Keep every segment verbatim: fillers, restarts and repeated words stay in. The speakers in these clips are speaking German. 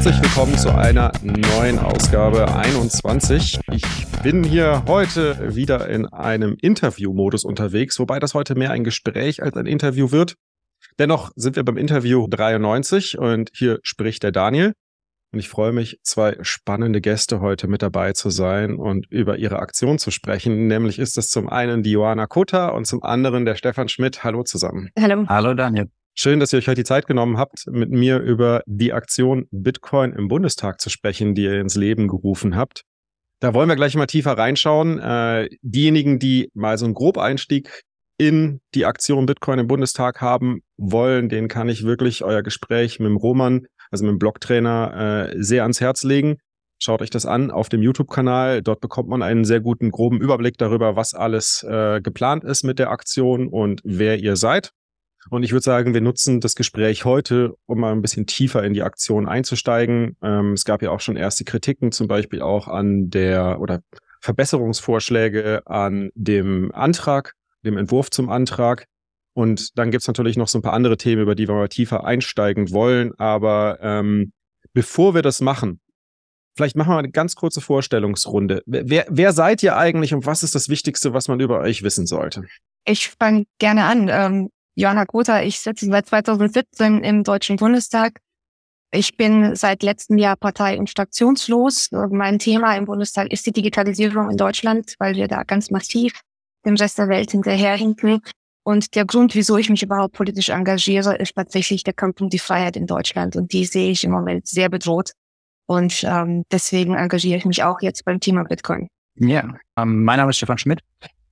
Herzlich willkommen zu einer neuen Ausgabe einundzwanzig. Ich bin hier heute wieder in einem Interview-Modus unterwegs, wobei das heute mehr ein Gespräch als ein Interview wird. Dennoch sind wir beim Interview dreiundneunzig und hier spricht der Daniel. Und ich freue mich, zwei spannende Gäste heute mit dabei zu sein und über ihre Aktion zu sprechen. Nämlich ist es zum einen die Joanna Kota und zum anderen der Stefan Schmidt. Hallo zusammen. Hallo. Hallo Daniel. Schön, dass ihr euch heute die Zeit genommen habt, mit mir über die Aktion Bitcoin im Bundestag zu sprechen, die ihr ins Leben gerufen habt. Da wollen wir gleich mal tiefer reinschauen. Äh, diejenigen, die mal so einen Grobeinstieg in die Aktion Bitcoin im Bundestag haben wollen, denen kann ich wirklich euer Gespräch mit dem Roman, also mit dem Blogtrainer, äh, sehr ans Herz legen. Schaut euch das an auf dem YouTube-Kanal. Dort bekommt man einen sehr guten, groben Überblick darüber, was alles äh, geplant ist mit der Aktion und wer ihr seid. Und ich würde sagen, wir nutzen das Gespräch heute, um mal ein bisschen tiefer in die Aktion einzusteigen. Ähm, es gab ja auch schon erste Kritiken, zum Beispiel auch an der oder Verbesserungsvorschläge an dem Antrag, dem Entwurf zum Antrag. Und dann gibt's natürlich noch so ein paar andere Themen, über die wir mal tiefer einsteigen wollen. Aber ähm, bevor wir das machen, vielleicht machen wir mal eine ganz kurze Vorstellungsrunde. Wer, wer seid ihr eigentlich und was ist das Wichtigste, was man über euch wissen sollte? Ich fange gerne an. Ähm Joanna Kota, ich sitze seit zweitausendsiebzehn im Deutschen Bundestag. Ich bin seit letztem Jahr partei- und fraktionslos. Mein Thema im Bundestag ist die Digitalisierung in Deutschland, weil wir da ganz massiv dem Rest der Welt hinterherhinken. Und der Grund, wieso ich mich überhaupt politisch engagiere, ist tatsächlich der Kampf um die Freiheit in Deutschland. Und die sehe ich im Moment sehr bedroht. Und ähm, deswegen engagiere ich mich auch jetzt beim Thema Bitcoin. Ja, ähm, mein Name ist Stefan Schmidt.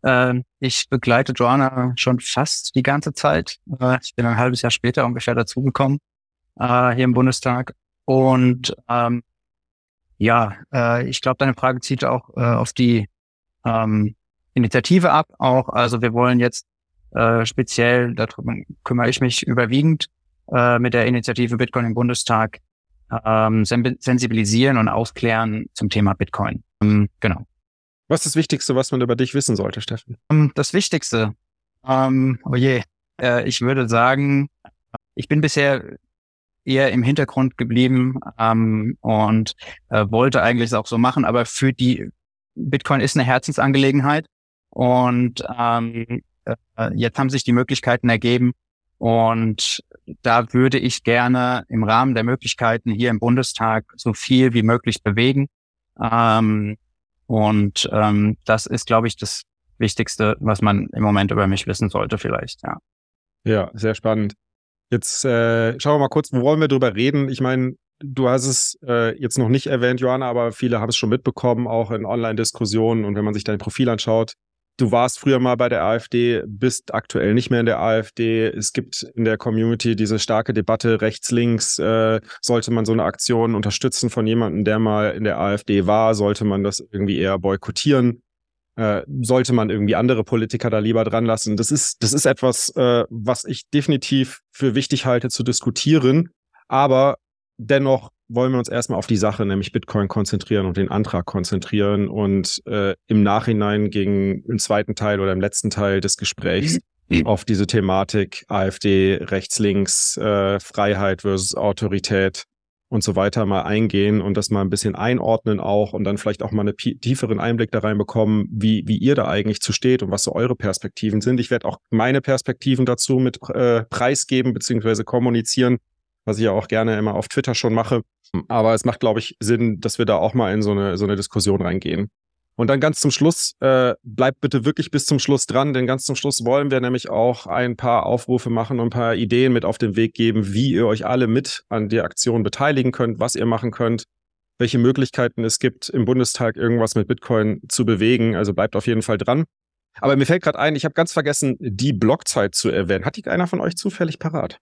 Ich begleite Joanna schon fast die ganze Zeit. Ich bin ein halbes Jahr später ungefähr dazugekommen, hier im Bundestag. Und ähm, ja, äh, ich glaube, deine Frage zieht auch äh, auf die ähm, Initiative ab. Auch, also wir wollen jetzt äh, speziell, darüber kümmere ich mich überwiegend, äh, mit der Initiative Bitcoin im Bundestag ähm, sensibilisieren und aufklären zum Thema Bitcoin. Ähm, genau. Was ist das Wichtigste, was man über dich wissen sollte, Steffen? Das Wichtigste, ähm, oh je, äh, ich würde sagen, ich bin bisher eher im Hintergrund geblieben ähm, und äh, wollte eigentlich es auch so machen, aber für die Bitcoin ist eine Herzensangelegenheit und ähm, äh, jetzt haben sich die Möglichkeiten ergeben und da würde ich gerne im Rahmen der Möglichkeiten hier im Bundestag so viel wie möglich bewegen. Ähm, Und ähm, das ist, glaube ich, das Wichtigste, was man im Moment über mich wissen sollte vielleicht, ja. Ja, sehr spannend. Jetzt äh, schauen wir mal kurz, wo wollen wir drüber reden? Ich meine, du hast es äh, jetzt noch nicht erwähnt, Joanna, aber viele haben es schon mitbekommen, auch in Online-Diskussionen. Und wenn man sich dein Profil anschaut, du warst früher mal bei der AfD, bist aktuell nicht mehr in der AfD. Es gibt in der Community diese starke Debatte rechts, links. Äh, sollte man so eine Aktion unterstützen von jemandem, der mal in der AfD war? Sollte man das irgendwie eher boykottieren? Äh, sollte man irgendwie andere Politiker da lieber dran lassen? Das ist, das ist etwas, äh, was ich definitiv für wichtig halte zu diskutieren. Aber dennoch wollen wir uns erstmal auf die Sache, nämlich Bitcoin, konzentrieren und den Antrag konzentrieren und äh, im Nachhinein gegen im zweiten Teil oder im letzten Teil des Gesprächs mhm. auf diese Thematik AfD, rechts, links, äh, Freiheit versus Autorität und so weiter mal eingehen und das mal ein bisschen einordnen auch und dann vielleicht auch mal einen tieferen Einblick da reinbekommen, wie wie ihr da eigentlich zu steht und was so eure Perspektiven sind. Ich werde auch meine Perspektiven dazu mit äh, preisgeben beziehungsweise kommunizieren, was ich ja auch gerne immer auf Twitter schon mache. Aber es macht, glaube ich, Sinn, dass wir da auch mal in so eine so eine Diskussion reingehen. Und dann ganz zum Schluss, äh, bleibt bitte wirklich bis zum Schluss dran, denn ganz zum Schluss wollen wir nämlich auch ein paar Aufrufe machen und ein paar Ideen mit auf den Weg geben, wie ihr euch alle mit an der Aktion beteiligen könnt, was ihr machen könnt, welche Möglichkeiten es gibt, im Bundestag irgendwas mit Bitcoin zu bewegen. Also bleibt auf jeden Fall dran. Aber mir fällt gerade ein, ich habe ganz vergessen, die Blockzeit zu erwähnen. Hat die einer von euch zufällig parat?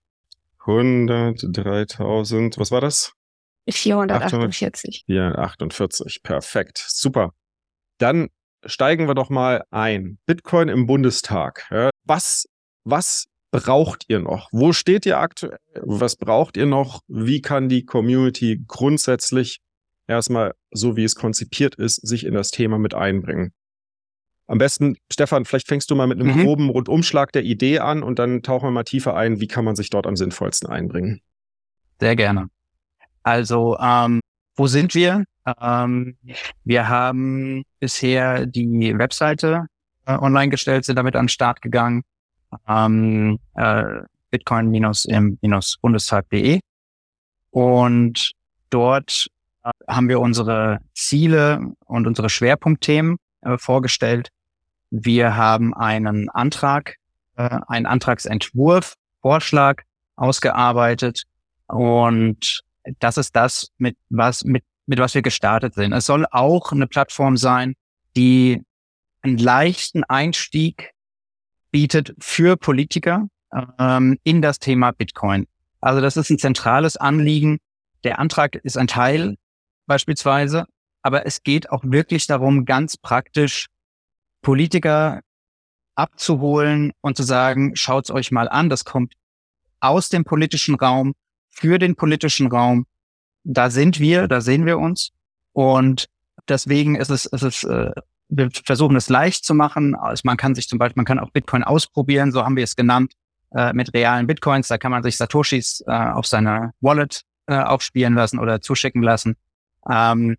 hundertdreitausend, was war das? vierhundertachtundvierzig. vierhundertachtundvierzig, perfekt, super. Dann steigen wir doch mal ein. Bitcoin im Bundestag. Ja, was, was braucht ihr noch? Wo steht ihr aktuell? Was braucht ihr noch? Wie kann die Community grundsätzlich erstmal, so wie es konzipiert ist, sich in das Thema mit einbringen? Am besten, Stefan, vielleicht fängst du mal mit einem mhm. groben Rundumschlag der Idee an und dann tauchen wir mal tiefer ein, wie kann man sich dort am sinnvollsten einbringen. Sehr gerne. Also, ähm, wo sind wir? Ähm, wir haben bisher die Webseite äh, online gestellt, sind damit an den Start gegangen. Ähm, äh, bitcoin-im-bundestag punkt de. Und dort äh, haben wir unsere Ziele und unsere Schwerpunktthemen äh, vorgestellt. Wir haben einen Antrag, äh, einen Antragsentwurf, Vorschlag ausgearbeitet. Und das ist das, mit was, mit, mit was wir gestartet sind. Es soll auch eine Plattform sein, die einen leichten Einstieg bietet für Politiker ähm, in das Thema Bitcoin. Also das ist ein zentrales Anliegen. Der Antrag ist ein Teil beispielsweise, aber es geht auch wirklich darum, ganz praktisch Politiker abzuholen und zu sagen, schaut's euch mal an, das kommt aus dem politischen Raum, für den politischen Raum. Da sind wir, da sehen wir uns. Und deswegen ist es, ist es äh, wir versuchen es leicht zu machen. Also man kann sich zum Beispiel, man kann auch Bitcoin ausprobieren, so haben wir es genannt, äh, mit realen Bitcoins. Da kann man sich Satoshis äh, auf seine Wallet äh, aufspielen lassen oder zuschicken lassen. Ähm,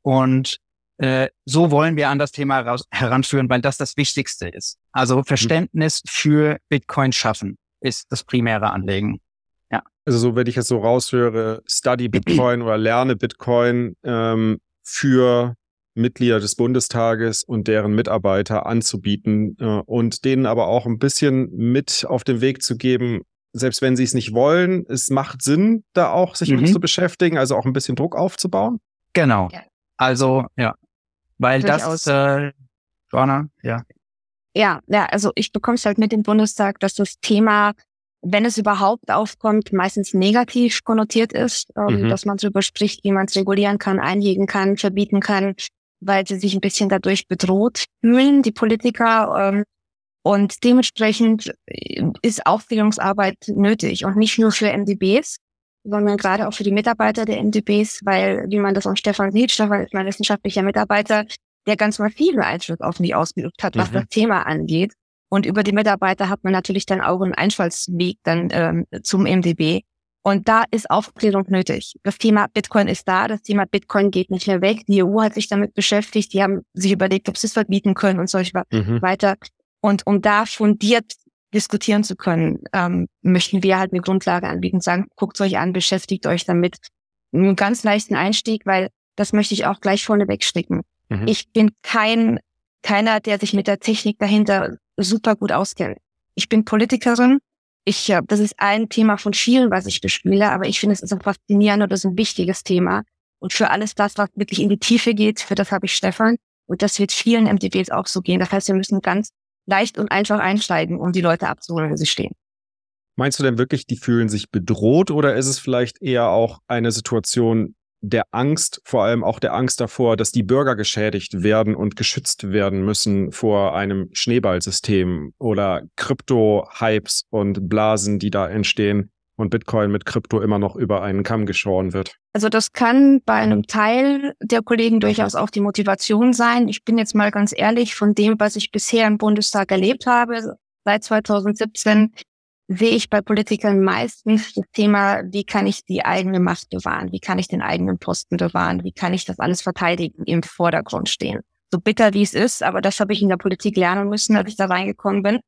und äh, so wollen wir an das Thema raus, heranführen, weil das das Wichtigste ist. Also Verständnis für Bitcoin schaffen ist das primäre Anliegen. Ja. Also so, wenn ich es so raushöre, Study Bitcoin oder Lerne Bitcoin ähm, für Mitglieder des Bundestages und deren Mitarbeiter anzubieten äh, und denen aber auch ein bisschen mit auf den Weg zu geben, selbst wenn sie es nicht wollen, es macht Sinn, da auch sich Mhm. mit zu beschäftigen, also auch ein bisschen Druck aufzubauen. Genau. Ja. Also, ja. Weil Durchaus. das, äh, Joanna, ja. Ja, ja, also ich bekomme es halt mit im Bundestag, dass das Thema, wenn es überhaupt aufkommt, meistens negativ konnotiert ist, ähm, Mhm. dass man darüber spricht, wie man es regulieren kann, einhegen kann, verbieten kann, weil sie sich ein bisschen dadurch bedroht fühlen, die Politiker. Ähm, und dementsprechend ist Aufklärungsarbeit nötig und nicht nur für M D Bs, sondern gerade auch für die Mitarbeiter der M D Bs, weil, wie man das an Stefan sieht, Stefan ist mein wissenschaftlicher Mitarbeiter, der ganz massiven Einfluss auf mich ausgeübt hat, was Mhm. das Thema angeht. Und über die Mitarbeiter hat man natürlich dann auch einen Einfallsweg dann ähm, zum M D B. Und da ist Aufklärung nötig. Das Thema Bitcoin ist da, das Thema Bitcoin geht nicht mehr weg. Die E U hat sich damit beschäftigt, die haben sich überlegt, ob sie es verbieten können und solch Mhm. weiter. Und um da fundiert diskutieren zu können, ähm, möchten wir halt eine Grundlage anbieten, sagen, guckt euch an, beschäftigt euch damit. Einen ganz leichten Einstieg, weil das möchte ich auch gleich vorneweg stecken. Mhm. Ich bin kein keiner, der sich mit der Technik dahinter super gut auskennt. Ich bin Politikerin. Ich, äh, das ist ein Thema von vielen, was ich bespiele, aber ich finde, es ist ein faszinierendes und ein wichtiges Thema. Und für alles das, was wirklich in die Tiefe geht, für das habe ich Stefan. Und das wird vielen M D Bs auch so gehen. Das heißt, wir müssen ganz leicht und einfach einsteigen, um die Leute abzuholen, wo sie stehen. Meinst du denn wirklich, die fühlen sich bedroht oder ist es vielleicht eher auch eine Situation der Angst, vor allem auch der Angst davor, dass die Bürger geschädigt werden und geschützt werden müssen vor einem Schneeballsystem oder Krypto-Hypes und Blasen, die da entstehen und Bitcoin mit Krypto immer noch über einen Kamm geschoren wird? Also das kann bei einem Teil der Kollegen durchaus auch die Motivation sein. Ich bin jetzt mal ganz ehrlich, von dem, was ich bisher im Bundestag erlebt habe, seit zweitausendsiebzehn, sehe ich bei Politikern meistens das Thema, wie kann ich die eigene Macht bewahren, wie kann ich den eigenen Posten bewahren, wie kann ich das alles verteidigen, im Vordergrund stehen. So bitter wie es ist, aber das habe ich in der Politik lernen müssen, als ich da reingekommen bin.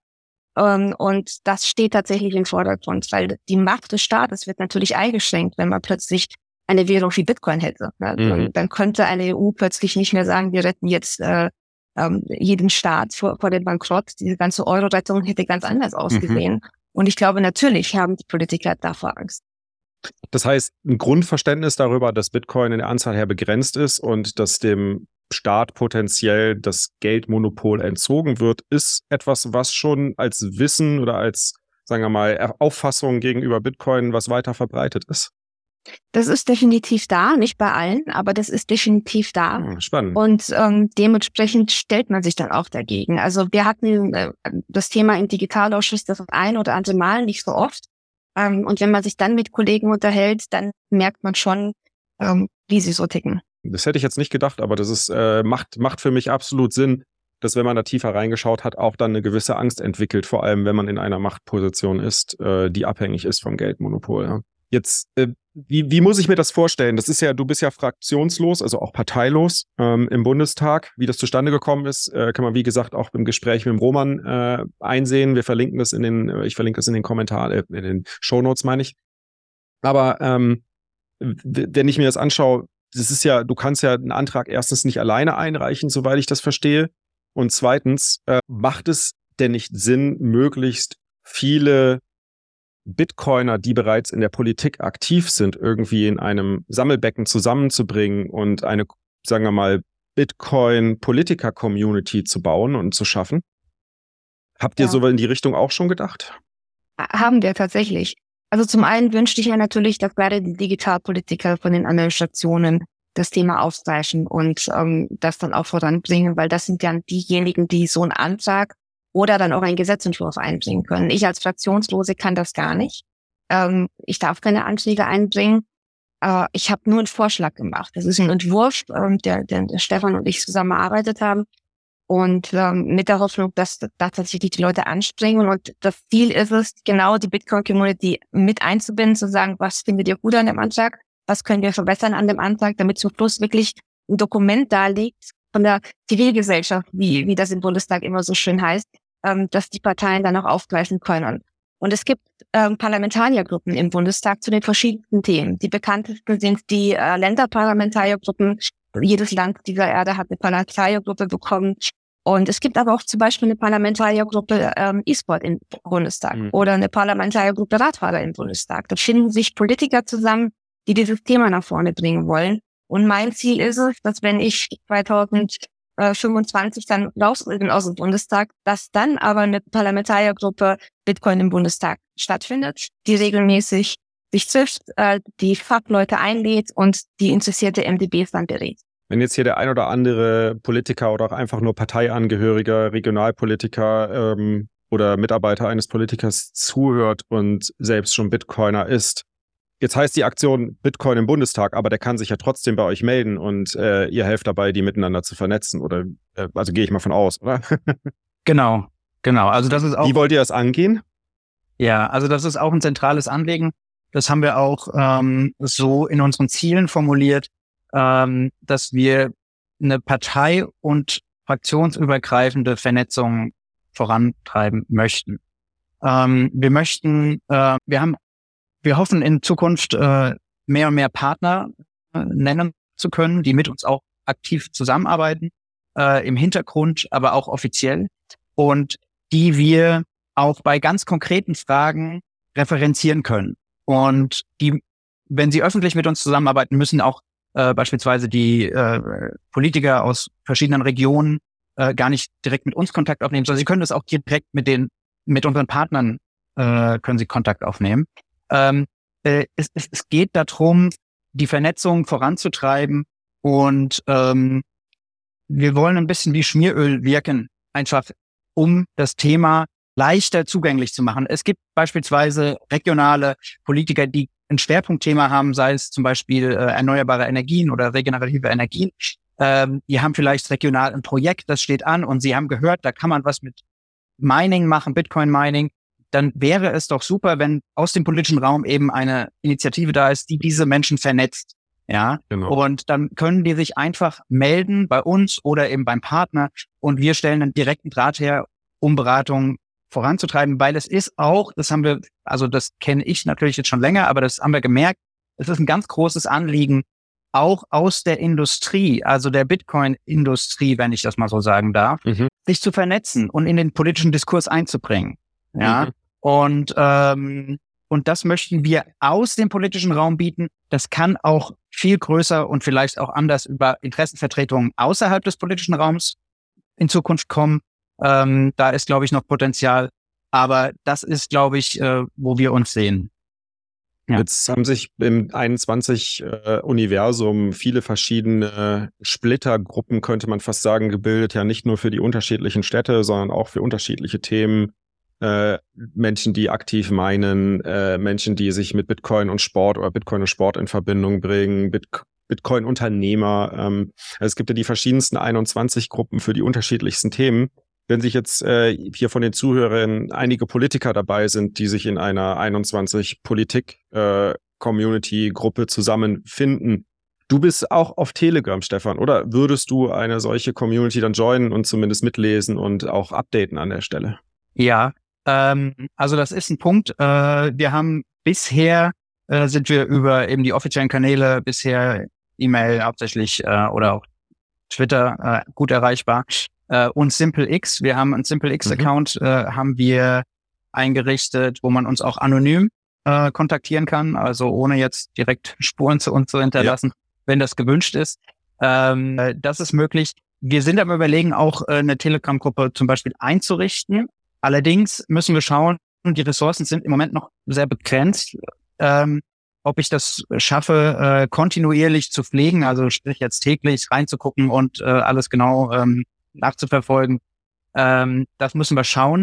Und das steht tatsächlich im Vordergrund, weil die Macht des Staates wird natürlich eingeschränkt, wenn man plötzlich eine Währung wie Bitcoin hätte. Mhm. Dann könnte eine E U plötzlich nicht mehr sagen, wir retten jetzt äh, ähm, jeden Staat vor, vor dem Bankrott. Diese ganze Euro-Rettung hätte ganz anders ausgesehen. Mhm. Und ich glaube, natürlich haben die Politiker davor Angst. Das heißt, ein Grundverständnis darüber, dass Bitcoin in der Anzahl her begrenzt ist und dass dem Staat potenziell das Geldmonopol entzogen wird, ist etwas, was schon als Wissen oder als, sagen wir mal, Auffassung gegenüber Bitcoin was weiter verbreitet ist. Das ist definitiv da, nicht bei allen, aber das ist definitiv da. Hm, spannend. Und ähm, dementsprechend stellt man sich dann auch dagegen. Also wir hatten äh, das Thema im Digitalausschuss das ein oder andere Mal, nicht so oft. Ähm, und wenn man sich dann mit Kollegen unterhält, dann merkt man schon, ähm, wie sie so ticken. Das hätte ich jetzt nicht gedacht, aber das ist äh, macht macht für mich absolut Sinn, dass wenn man da tiefer reingeschaut hat, auch dann eine gewisse Angst entwickelt, vor allem wenn man in einer Machtposition ist, äh, die abhängig ist vom Geldmonopol. Ja. Jetzt äh, Wie, wie muss ich mir das vorstellen? Das ist ja, du bist ja fraktionslos, also auch parteilos ähm, im Bundestag. Wie das zustande gekommen ist, äh, kann man wie gesagt auch im Gespräch mit dem Roman äh, einsehen. Wir verlinken das in den, ich verlinke das in den Kommentaren, äh, in den Shownotes, meine ich. Aber ähm, wenn ich mir das anschaue, das ist ja, du kannst ja einen Antrag erstens nicht alleine einreichen, soweit ich das verstehe. Und zweitens, äh, macht es denn nicht Sinn, möglichst viele Bitcoiner, die bereits in der Politik aktiv sind, irgendwie in einem Sammelbecken zusammenzubringen und eine, sagen wir mal, Bitcoin-Politiker-Community zu bauen und zu schaffen? Habt ihr Ja. so in die Richtung auch schon gedacht? Haben wir tatsächlich. Also zum einen wünschte ich mir natürlich, dass gerade die Digitalpolitiker von den anderen Stationen das Thema aufgreifen und ähm, das dann auch voranbringen, weil das sind dann diejenigen, die so einen Antrag oder dann auch einen Gesetzentwurf einbringen können. Ich als Fraktionslose kann das gar nicht. Ähm, ich darf keine Anträge einbringen. Äh, ich habe nur einen Vorschlag gemacht. Das ist ein Entwurf, ähm, der, der, der Stefan und ich zusammen erarbeitet haben. Und ähm, mit der Hoffnung, dass da tatsächlich die Leute anspringen. Und das Ziel ist es, genau die Bitcoin-Community mit einzubinden, zu sagen, was findet ihr gut an dem Antrag? Was können wir verbessern an dem Antrag, damit zum Schluss wirklich ein Dokument da liegt von der Zivilgesellschaft, wie, wie das im Bundestag immer so schön heißt, ähm, dass die Parteien dann auch aufgreifen können. Und es gibt ähm, Parlamentariergruppen im Bundestag zu den verschiedensten Themen. Die bekanntesten sind die äh, Länderparlamentariergruppen. Jedes Land dieser Erde hat eine Parlamentariergruppe bekommen. Und es gibt aber auch zum Beispiel eine Parlamentariergruppe ähm, E-Sport im Bundestag mhm. oder eine Parlamentariergruppe Radfahrer im Bundestag. Da finden sich Politiker zusammen, die dieses Thema nach vorne bringen wollen. Und mein Ziel ist es, dass wenn ich zwanzig fünfundzwanzig dann raus bin aus dem Bundestag, dass dann aber eine Parlamentariergruppe Bitcoin im Bundestag stattfindet, die regelmäßig sich trifft, äh, die Fachleute einlädt und die interessierte M D Bs dann berät. Wenn jetzt hier der ein oder andere Politiker oder auch einfach nur Parteiangehöriger, Regionalpolitiker ähm, oder Mitarbeiter eines Politikers zuhört und selbst schon Bitcoiner ist, jetzt heißt die Aktion Bitcoin im Bundestag, aber der kann sich ja trotzdem bei euch melden und äh, ihr helft dabei, die miteinander zu vernetzen. Oder äh, also gehe ich mal von aus, oder? Genau, genau. Also das ist auch. Wie wollt ihr das angehen? Ja, also das ist auch ein zentrales Anliegen. Das haben wir auch ähm, so in unseren Zielen formuliert, ähm, dass wir eine partei- und fraktionsübergreifende Vernetzung vorantreiben möchten. Ähm, wir möchten, äh, wir haben Wir hoffen in Zukunft äh, mehr und mehr Partner äh, nennen zu können, die mit uns auch aktiv zusammenarbeiten, äh, im Hintergrund, aber auch offiziell und die wir auch bei ganz konkreten Fragen referenzieren können. Und die, wenn sie öffentlich mit uns zusammenarbeiten, müssen auch äh, beispielsweise die äh, Politiker aus verschiedenen Regionen äh, gar nicht direkt mit uns Kontakt aufnehmen, sondern sie können das auch direkt mit den mit unseren Partnern äh, können sie Kontakt aufnehmen. Ähm, äh, es, es, es geht darum, die Vernetzung voranzutreiben und ähm, wir wollen ein bisschen wie Schmieröl wirken, einfach um das Thema leichter zugänglich zu machen. Es gibt beispielsweise regionale Politiker, die ein Schwerpunktthema haben, sei es zum Beispiel äh, erneuerbare Energien oder regenerative Energien. Ähm, die haben vielleicht regional ein Projekt, das steht an und sie haben gehört, da kann man was mit Mining machen, Bitcoin-Mining. Dann wäre es doch super, wenn aus dem politischen Raum eben eine Initiative da ist, die diese Menschen vernetzt. Ja, genau. Und dann können die sich einfach melden bei uns oder eben beim Partner und wir stellen einen direkten Draht her, um Beratung voranzutreiben, weil es ist auch, das haben wir, also das kenne ich natürlich jetzt schon länger, aber das haben wir gemerkt, es ist ein ganz großes Anliegen, auch aus der Industrie, also der Bitcoin-Industrie, wenn ich das mal so sagen darf, mhm. sich zu vernetzen und in den politischen Diskurs einzubringen. Ja, mhm. und ähm, und das möchten wir aus dem politischen Raum bieten. Das kann auch viel größer und vielleicht auch anders über Interessenvertretungen außerhalb des politischen Raums in Zukunft kommen. Ähm, da ist, glaube ich, noch Potenzial. Aber das ist, glaube ich, äh, wo wir uns sehen. Ja. Jetzt haben sich im einundzwanzig-Universum äh, viele verschiedene Splittergruppen, könnte man fast sagen, gebildet. Ja, nicht nur für die unterschiedlichen Städte, sondern auch für unterschiedliche Themen. Äh, Menschen, die aktiv meinen, äh, Menschen, die sich mit Bitcoin und Sport oder Bitcoin und Sport in Verbindung bringen, Bit- Bitcoin-Unternehmer. Ähm, also es gibt ja die verschiedensten einundzwanzig Gruppen für die unterschiedlichsten Themen. Wenn sich jetzt äh, hier von den Zuhörern einige Politiker dabei sind, die sich in einer einundzwanzig Politik äh, Community-Gruppe zusammenfinden. Du bist auch auf Telegram, Stefan, oder würdest du eine solche Community dann joinen und zumindest mitlesen und auch updaten an der Stelle? Ja, ähm, also das ist ein Punkt. Äh, wir haben bisher, äh, sind wir über eben die offiziellen Kanäle, bisher E-Mail hauptsächlich äh, oder auch Twitter äh, gut erreichbar. Äh, und SimpleX, wir haben einen SimpleX-Account, mhm. äh, haben wir eingerichtet, wo man uns auch anonym äh, kontaktieren kann, also ohne jetzt direkt Spuren zu uns zu hinterlassen. Ja. Wenn das gewünscht ist. Ähm, das ist möglich. Wir sind am Überlegen, auch äh, eine Telegram-Gruppe zum Beispiel einzurichten. Allerdings müssen wir schauen, die Ressourcen sind im Moment noch sehr begrenzt, ähm, ob ich das schaffe, äh, kontinuierlich zu pflegen, also sprich jetzt täglich reinzugucken und äh, alles genau ähm, nachzuverfolgen. Ähm, das müssen wir schauen.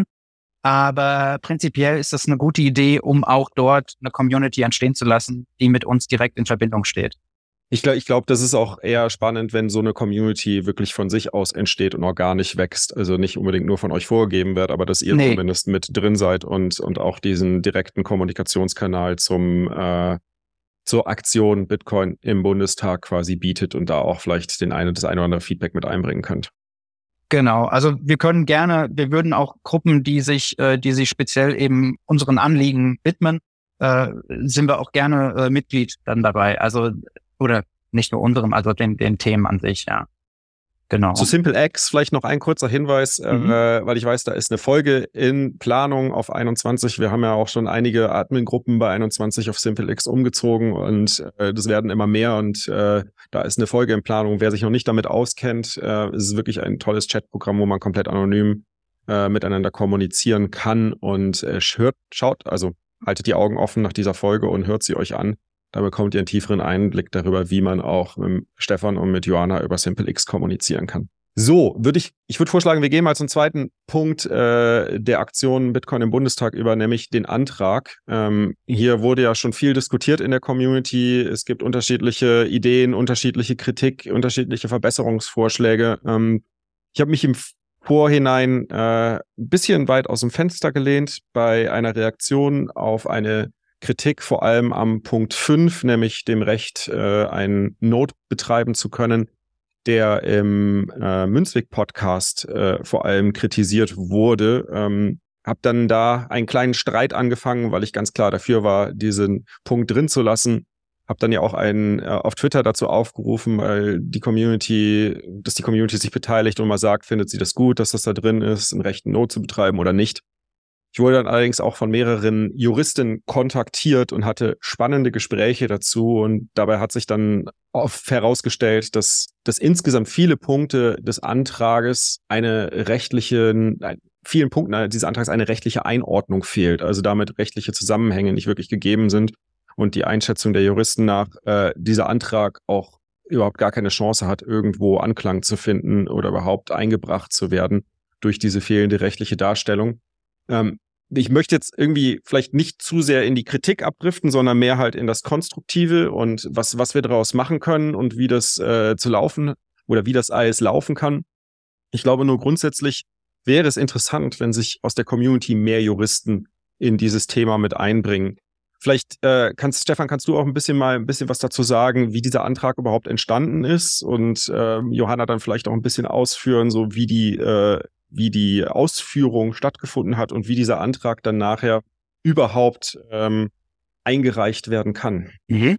Aber prinzipiell ist das eine gute Idee, um auch dort eine Community entstehen zu lassen, die mit uns direkt in Verbindung steht. Ich glaube, ich glaube, das ist auch eher spannend, wenn so eine Community wirklich von sich aus entsteht und organisch wächst. Also nicht unbedingt nur von euch vorgegeben wird, aber dass ihr nee. zumindest mit drin seid und und auch diesen direkten Kommunikationskanal zum äh, zur Aktion Bitcoin im Bundestag quasi bietet und da auch vielleicht den eine, das eine oder andere Feedback mit einbringen könnt. Genau, also wir können gerne, wir würden auch Gruppen, die sich, äh, die sich speziell eben unseren Anliegen widmen, äh, sind wir auch gerne äh, Mitglied dann dabei. Also oder nicht nur unserem, also den, den Themen an sich, ja. Genau. Zu SimpleX vielleicht noch ein kurzer Hinweis, mhm. äh, weil ich weiß, da ist eine Folge in Planung auf einundzwanzig. Wir haben ja auch schon einige Admin-Gruppen bei einundzwanzig auf SimpleX umgezogen und äh, das werden immer mehr und äh, da ist eine Folge in Planung. Wer sich noch nicht damit auskennt, äh, ist es wirklich ein tolles Chatprogramm, wo man komplett anonym äh, miteinander kommunizieren kann und äh, hört, schaut, also haltet die Augen offen nach dieser Folge und hört sie euch an. Da bekommt ihr einen tieferen Einblick darüber, wie man auch mit Stefan und mit Johanna über SimpleX kommunizieren kann. So, würde ich, ich würde vorschlagen, wir gehen mal zum zweiten Punkt äh, der Aktion Bitcoin im Bundestag über, nämlich den Antrag. Ähm, hier wurde ja schon viel diskutiert in der Community. Es gibt unterschiedliche Ideen, unterschiedliche Kritik, unterschiedliche Verbesserungsvorschläge. Ähm, ich habe mich im Vorhinein äh, ein bisschen weit aus dem Fenster gelehnt bei einer Reaktion auf eine Kritik vor allem am Punkt fünf, nämlich dem Recht, äh, einen Node betreiben zu können, der im äh, Münzweg-Podcast äh, vor allem kritisiert wurde. Ähm, hab dann da einen kleinen Streit angefangen, weil ich ganz klar dafür war, diesen Punkt drin zu lassen. Hab dann ja auch einen äh, auf Twitter dazu aufgerufen, weil die Community, dass die Community sich beteiligt und mal sagt, findet sie das gut, dass das da drin ist, einen rechten Node zu betreiben oder nicht. Ich wurde dann allerdings auch von mehreren Juristen kontaktiert und hatte spannende Gespräche dazu. Und dabei hat sich dann oft herausgestellt, dass, dass insgesamt viele Punkte des Antrages eine rechtliche, nein, vielen Punkten dieses Antrags eine rechtliche Einordnung fehlt. Also damit rechtliche Zusammenhänge nicht wirklich gegeben sind. Und die Einschätzung der Juristen nach, äh, dieser Antrag auch überhaupt gar keine Chance hat, irgendwo Anklang zu finden oder überhaupt eingebracht zu werden durch diese fehlende rechtliche Darstellung. Ähm, ich möchte jetzt irgendwie vielleicht nicht zu sehr in die Kritik abdriften, sondern mehr halt in das Konstruktive und was, was wir daraus machen können und wie das äh, zu laufen oder wie das alles laufen kann. Ich glaube nur grundsätzlich wäre es interessant, wenn sich aus der Community mehr Juristen in dieses Thema mit einbringen. Vielleicht äh, kannst, Stefan, kannst du auch ein bisschen mal ein bisschen was dazu sagen, wie dieser Antrag überhaupt entstanden ist und äh, Johanna dann vielleicht auch ein bisschen ausführen, so wie die äh, wie die Ausführung stattgefunden hat und wie dieser Antrag dann nachher überhaupt ähm, eingereicht werden kann. Mhm.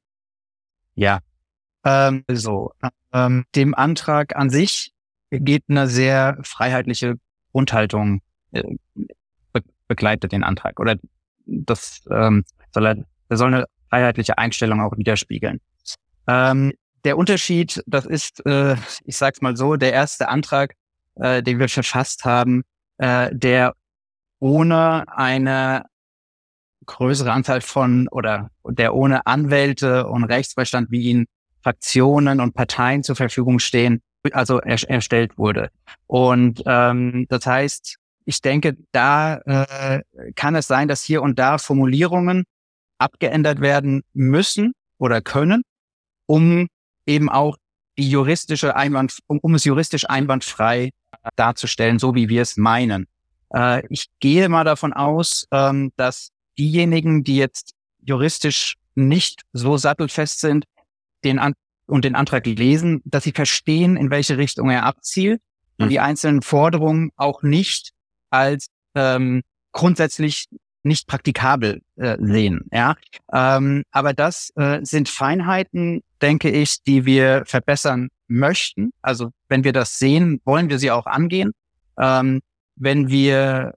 Ja, ähm, so ähm, dem Antrag an sich geht eine sehr freiheitliche Grundhaltung äh, be- begleitet den Antrag oder das ähm, soll er, er soll eine freiheitliche Einstellung auch widerspiegeln. Ähm, der Unterschied, das ist, äh, ich sag's mal so, der erste Antrag, äh, den wir verfasst haben, äh, der ohne eine größere Anzahl von oder der ohne Anwälte und Rechtsbeistand, wie ihn Fraktionen und Parteien zur Verfügung stehen, also er, erstellt wurde. Und ähm, das heißt, ich denke, da äh, kann es sein, dass hier und da Formulierungen abgeändert werden müssen oder können, um eben auch die juristische Einwand, um, um es juristisch einwandfrei darzustellen, so wie wir es meinen. Äh, ich gehe mal davon aus, ähm, dass diejenigen, die jetzt juristisch nicht so sattelfest sind, den An- und den Antrag lesen, dass sie verstehen, in welche Richtung er abzielt und Mhm. die einzelnen Forderungen auch nicht als ähm, grundsätzlich nicht praktikabel äh, sehen. Ja, ähm, aber das äh, sind Feinheiten, denke ich, die wir verbessern möchten. Also wenn wir das sehen, wollen wir sie auch angehen. Ähm, wenn wir,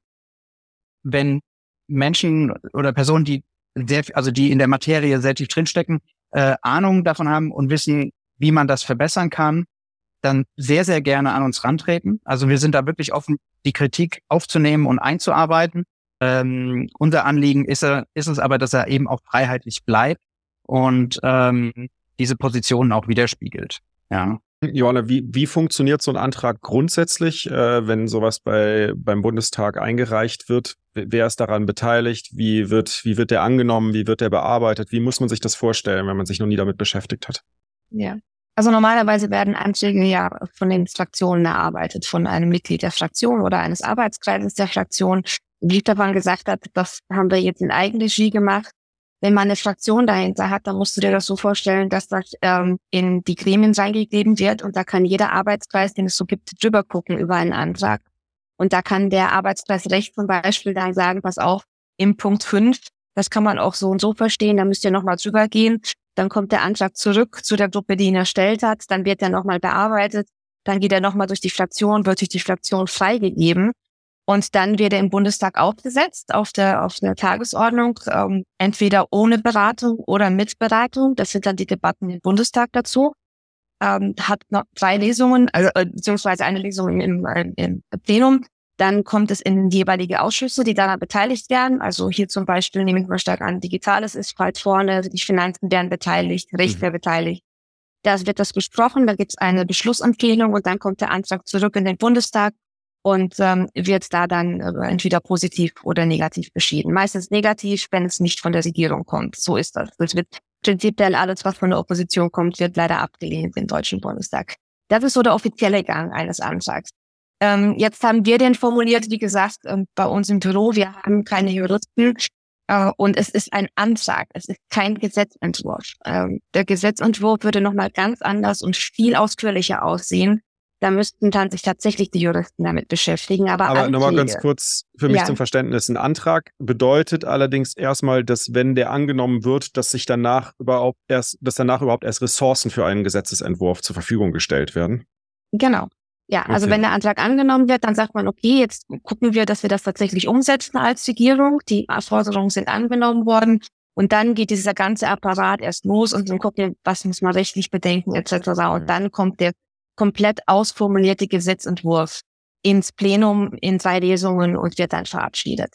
wenn Menschen oder Personen, die sehr, also die in der Materie sehr tief drinstecken, äh, Ahnung davon haben und wissen, wie man das verbessern kann, dann sehr, sehr gerne an uns rantreten. Also wir sind da wirklich offen, die Kritik aufzunehmen und einzuarbeiten. Ähm, unser Anliegen ist, er, ist es aber, dass er eben auch freiheitlich bleibt und ähm, diese Positionen auch widerspiegelt. Ja. Johanna, wie, wie funktioniert so ein Antrag grundsätzlich, äh, wenn sowas bei, beim Bundestag eingereicht wird? Wer ist daran beteiligt? Wie wird, wie wird der angenommen? Wie wird der bearbeitet? Wie muss man sich das vorstellen, wenn man sich noch nie damit beschäftigt hat? Ja. Also normalerweise werden Anträge ja von den Fraktionen erarbeitet, von einem Mitglied der Fraktion oder eines Arbeitskreises der Fraktion. Wie Stefan gesagt hat, das haben wir jetzt in Eigenregie gemacht. Wenn man eine Fraktion dahinter hat, dann musst du dir das so vorstellen, dass das ähm, in die Gremien reingegeben wird und da kann jeder Arbeitskreis, den es so gibt, drüber gucken über einen Antrag. Und da kann der Arbeitskreis Recht zum Beispiel dann sagen, pass auf, im Punkt fünf, das kann man auch so und so verstehen, da müsst ihr nochmal drüber gehen. Dann kommt der Antrag zurück zu der Gruppe, die ihn erstellt hat, dann wird er nochmal bearbeitet, dann geht er nochmal durch die Fraktion, wird durch die Fraktion freigegeben. Und dann wird er im Bundestag aufgesetzt auf der auf der Tagesordnung, ähm, entweder ohne Beratung oder mit Beratung. Das sind dann die Debatten im Bundestag dazu. Ähm, hat noch drei Lesungen, also äh, beziehungsweise eine Lesung im, im, im Plenum. Dann kommt es in jeweilige Ausschüsse, die daran beteiligt werden. Also hier zum Beispiel nehme ich mal stark an, Digitales ist weit vorne, die Finanzen werden beteiligt, Recht wird beteiligt. Da wird das besprochen, da gibt es eine Beschlussempfehlung und dann kommt der Antrag zurück in den Bundestag und ähm, wird da dann äh, entweder positiv oder negativ beschieden. Meistens negativ, wenn es nicht von der Regierung kommt. So ist das. Es wird prinzipiell alles, was von der Opposition kommt, wird leider abgelehnt im Deutschen Bundestag. Das ist so der offizielle Gang eines Antrags. Ähm, jetzt haben wir den formuliert, wie gesagt, ähm, bei uns im Büro. Wir haben keine Juristen äh, und es ist ein Antrag. Es ist kein Gesetzentwurf. Ähm, der Gesetzentwurf würde nochmal ganz anders und viel ausführlicher aussehen. Da müssten dann sich tatsächlich die Juristen damit beschäftigen. Aber, Aber nochmal ganz Anträge, kurz für mich Ja. zum Verständnis. Ein Antrag bedeutet allerdings erstmal, dass wenn der angenommen wird, dass sich danach überhaupt erst, dass danach überhaupt erst Ressourcen für einen Gesetzesentwurf zur Verfügung gestellt werden. Genau. Ja, also Okay. wenn der Antrag angenommen wird, dann sagt man, okay, jetzt gucken wir, dass wir das tatsächlich umsetzen als Regierung. Die Forderungen sind angenommen worden. Und dann geht dieser ganze Apparat erst los und dann gucken, was muss man rechtlich bedenken et cetera. Und dann kommt der komplett ausformulierte Gesetzentwurf ins Plenum in drei Lesungen und wird dann verabschiedet.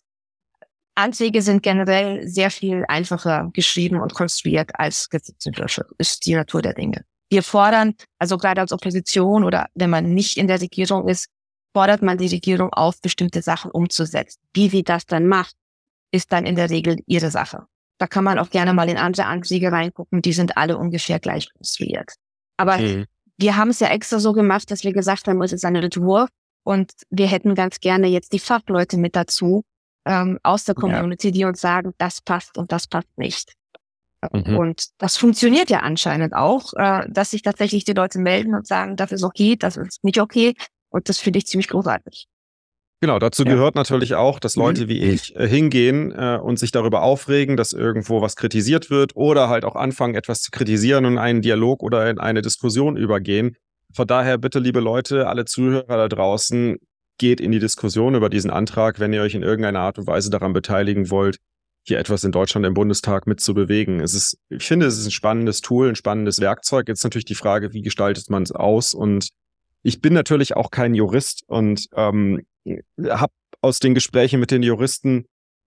Anträge sind generell sehr viel einfacher geschrieben und konstruiert als Gesetzentwürfe. Ist die Natur der Dinge. Wir fordern, also gerade als Opposition oder wenn man nicht in der Regierung ist, fordert man die Regierung auf, bestimmte Sachen umzusetzen. Wie sie das dann macht, ist dann in der Regel ihre Sache. Da kann man auch gerne mal in andere Anträge reingucken, die sind alle ungefähr gleich konstruiert. Aber Mhm. wir haben es ja extra so gemacht, dass wir gesagt haben, es ist ein Entwurf und wir hätten ganz gerne jetzt die Fachleute mit dazu ähm, aus der Community, die uns sagen, das passt und das passt nicht. Mhm. Und das funktioniert ja anscheinend auch, äh, dass sich tatsächlich die Leute melden und sagen, das ist okay, das ist nicht okay. Und das finde ich ziemlich großartig. Genau, dazu Ja. gehört natürlich auch, dass Leute wie ich äh, hingehen äh, und sich darüber aufregen, dass irgendwo was kritisiert wird oder halt auch anfangen, etwas zu kritisieren und in einen Dialog oder in eine Diskussion übergehen. Von daher bitte, liebe Leute, alle Zuhörer da draußen, geht in die Diskussion über diesen Antrag, wenn ihr euch in irgendeiner Art und Weise daran beteiligen wollt, hier etwas in Deutschland im Bundestag mitzubewegen. Es ist, ich finde, es ist ein spannendes Tool, ein spannendes Werkzeug. Jetzt natürlich die Frage, wie gestaltet man es aus? Und ich bin natürlich auch kein Jurist und ähm, habe aus den Gesprächen mit den Juristen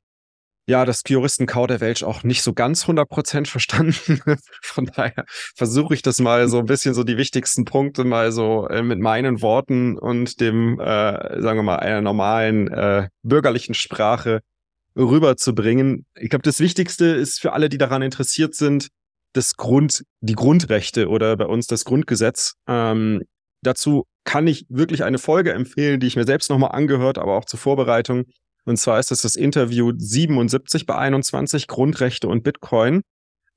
ja das Juristenkauderwelsch auch nicht so ganz hundert Prozent verstanden. Von daher versuche ich das mal so ein bisschen so die wichtigsten Punkte mal so äh, mit meinen Worten und dem, äh, sagen wir mal, einer normalen äh, bürgerlichen Sprache rüberzubringen. Ich glaube, das Wichtigste ist für alle, die daran interessiert sind, das Grund, die Grundrechte oder bei uns das Grundgesetz. Ähm, dazu kann ich wirklich eine Folge empfehlen, die ich mir selbst nochmal angehört, aber auch zur Vorbereitung. Und zwar ist das das Interview siebenundsiebzig bei einundzwanzig, Grundrechte und Bitcoin.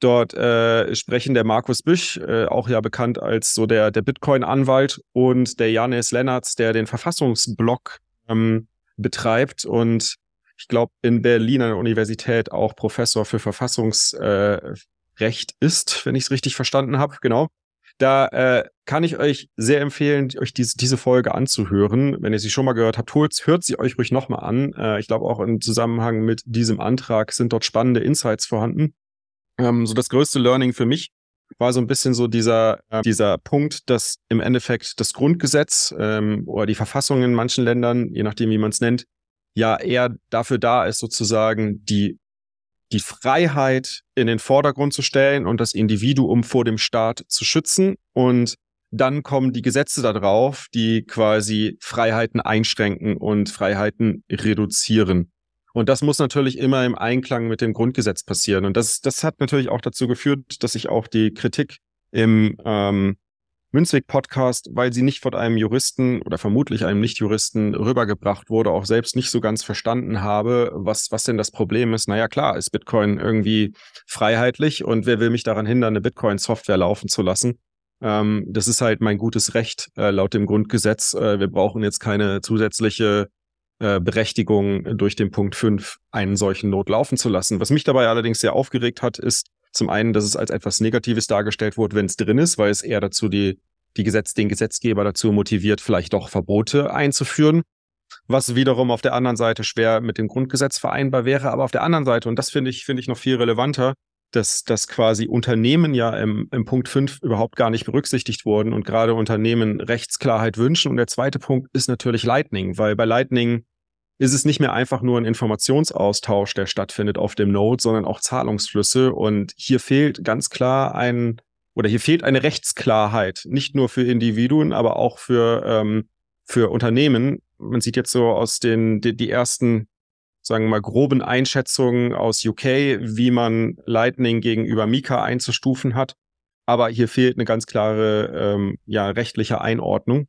Dort äh, sprechen der Markus Büsch, äh, auch ja bekannt als so der, der Bitcoin-Anwalt, und der Janis Lennertz, der den Verfassungsblog ähm, betreibt und ich glaube in Berlin an der Universität auch Professor für Verfassungsrecht äh, ist, wenn ich es richtig verstanden habe, genau. Da äh, kann ich euch sehr empfehlen, euch diese, diese Folge anzuhören. Wenn ihr sie schon mal gehört habt, holt, hört sie euch ruhig nochmal an. Äh, ich glaube auch im Zusammenhang mit diesem Antrag sind dort spannende Insights vorhanden. Ähm, so das größte Learning für mich war so ein bisschen so dieser, äh, dieser Punkt, dass im Endeffekt das Grundgesetz ähm, oder die Verfassung in manchen Ländern, je nachdem wie man es nennt, ja eher dafür da ist, sozusagen die die Freiheit in den Vordergrund zu stellen und das Individuum vor dem Staat zu schützen. Und dann kommen die Gesetze da drauf, die quasi Freiheiten einschränken und Freiheiten reduzieren. Und das muss natürlich immer im Einklang mit dem Grundgesetz passieren. Und das, das hat natürlich auch dazu geführt, dass ich auch die Kritik im ähm, Münzweg-Podcast, weil sie nicht von einem Juristen oder vermutlich einem Nicht-Juristen rübergebracht wurde, auch selbst nicht so ganz verstanden habe, was, was denn das Problem ist. Naja, klar, ist Bitcoin irgendwie freiheitlich und wer will mich daran hindern, eine Bitcoin-Software laufen zu lassen? Ähm, das ist halt mein gutes Recht äh, laut dem Grundgesetz. Äh, wir brauchen jetzt keine zusätzliche äh, Berechtigung durch den Punkt fünf, einen solchen Node laufen zu lassen. Was mich dabei allerdings sehr aufgeregt hat, ist, zum einen, dass es als etwas Negatives dargestellt wurde, wenn es drin ist, weil es eher dazu die, die Gesetz, den Gesetzgeber dazu motiviert, vielleicht doch Verbote einzuführen, was wiederum auf der anderen Seite schwer mit dem Grundgesetz vereinbar wäre. Aber auf der anderen Seite, und das finde ich, finde ich noch viel relevanter, dass, dass quasi Unternehmen ja im, im Punkt fünf überhaupt gar nicht berücksichtigt wurden und gerade Unternehmen Rechtsklarheit wünschen. Und der zweite Punkt ist natürlich Lightning, weil bei Lightning ist es nicht mehr einfach nur ein Informationsaustausch, der stattfindet auf dem Node, sondern auch Zahlungsflüsse. Und hier fehlt ganz klar ein, oder hier fehlt eine Rechtsklarheit, nicht nur für Individuen, aber auch für, ähm, für Unternehmen. Man sieht jetzt so aus den, die, die ersten, sagen wir mal, groben Einschätzungen aus U K, wie man Lightning gegenüber Mika einzustufen hat. Aber hier fehlt eine ganz klare, ähm, ja, rechtliche Einordnung.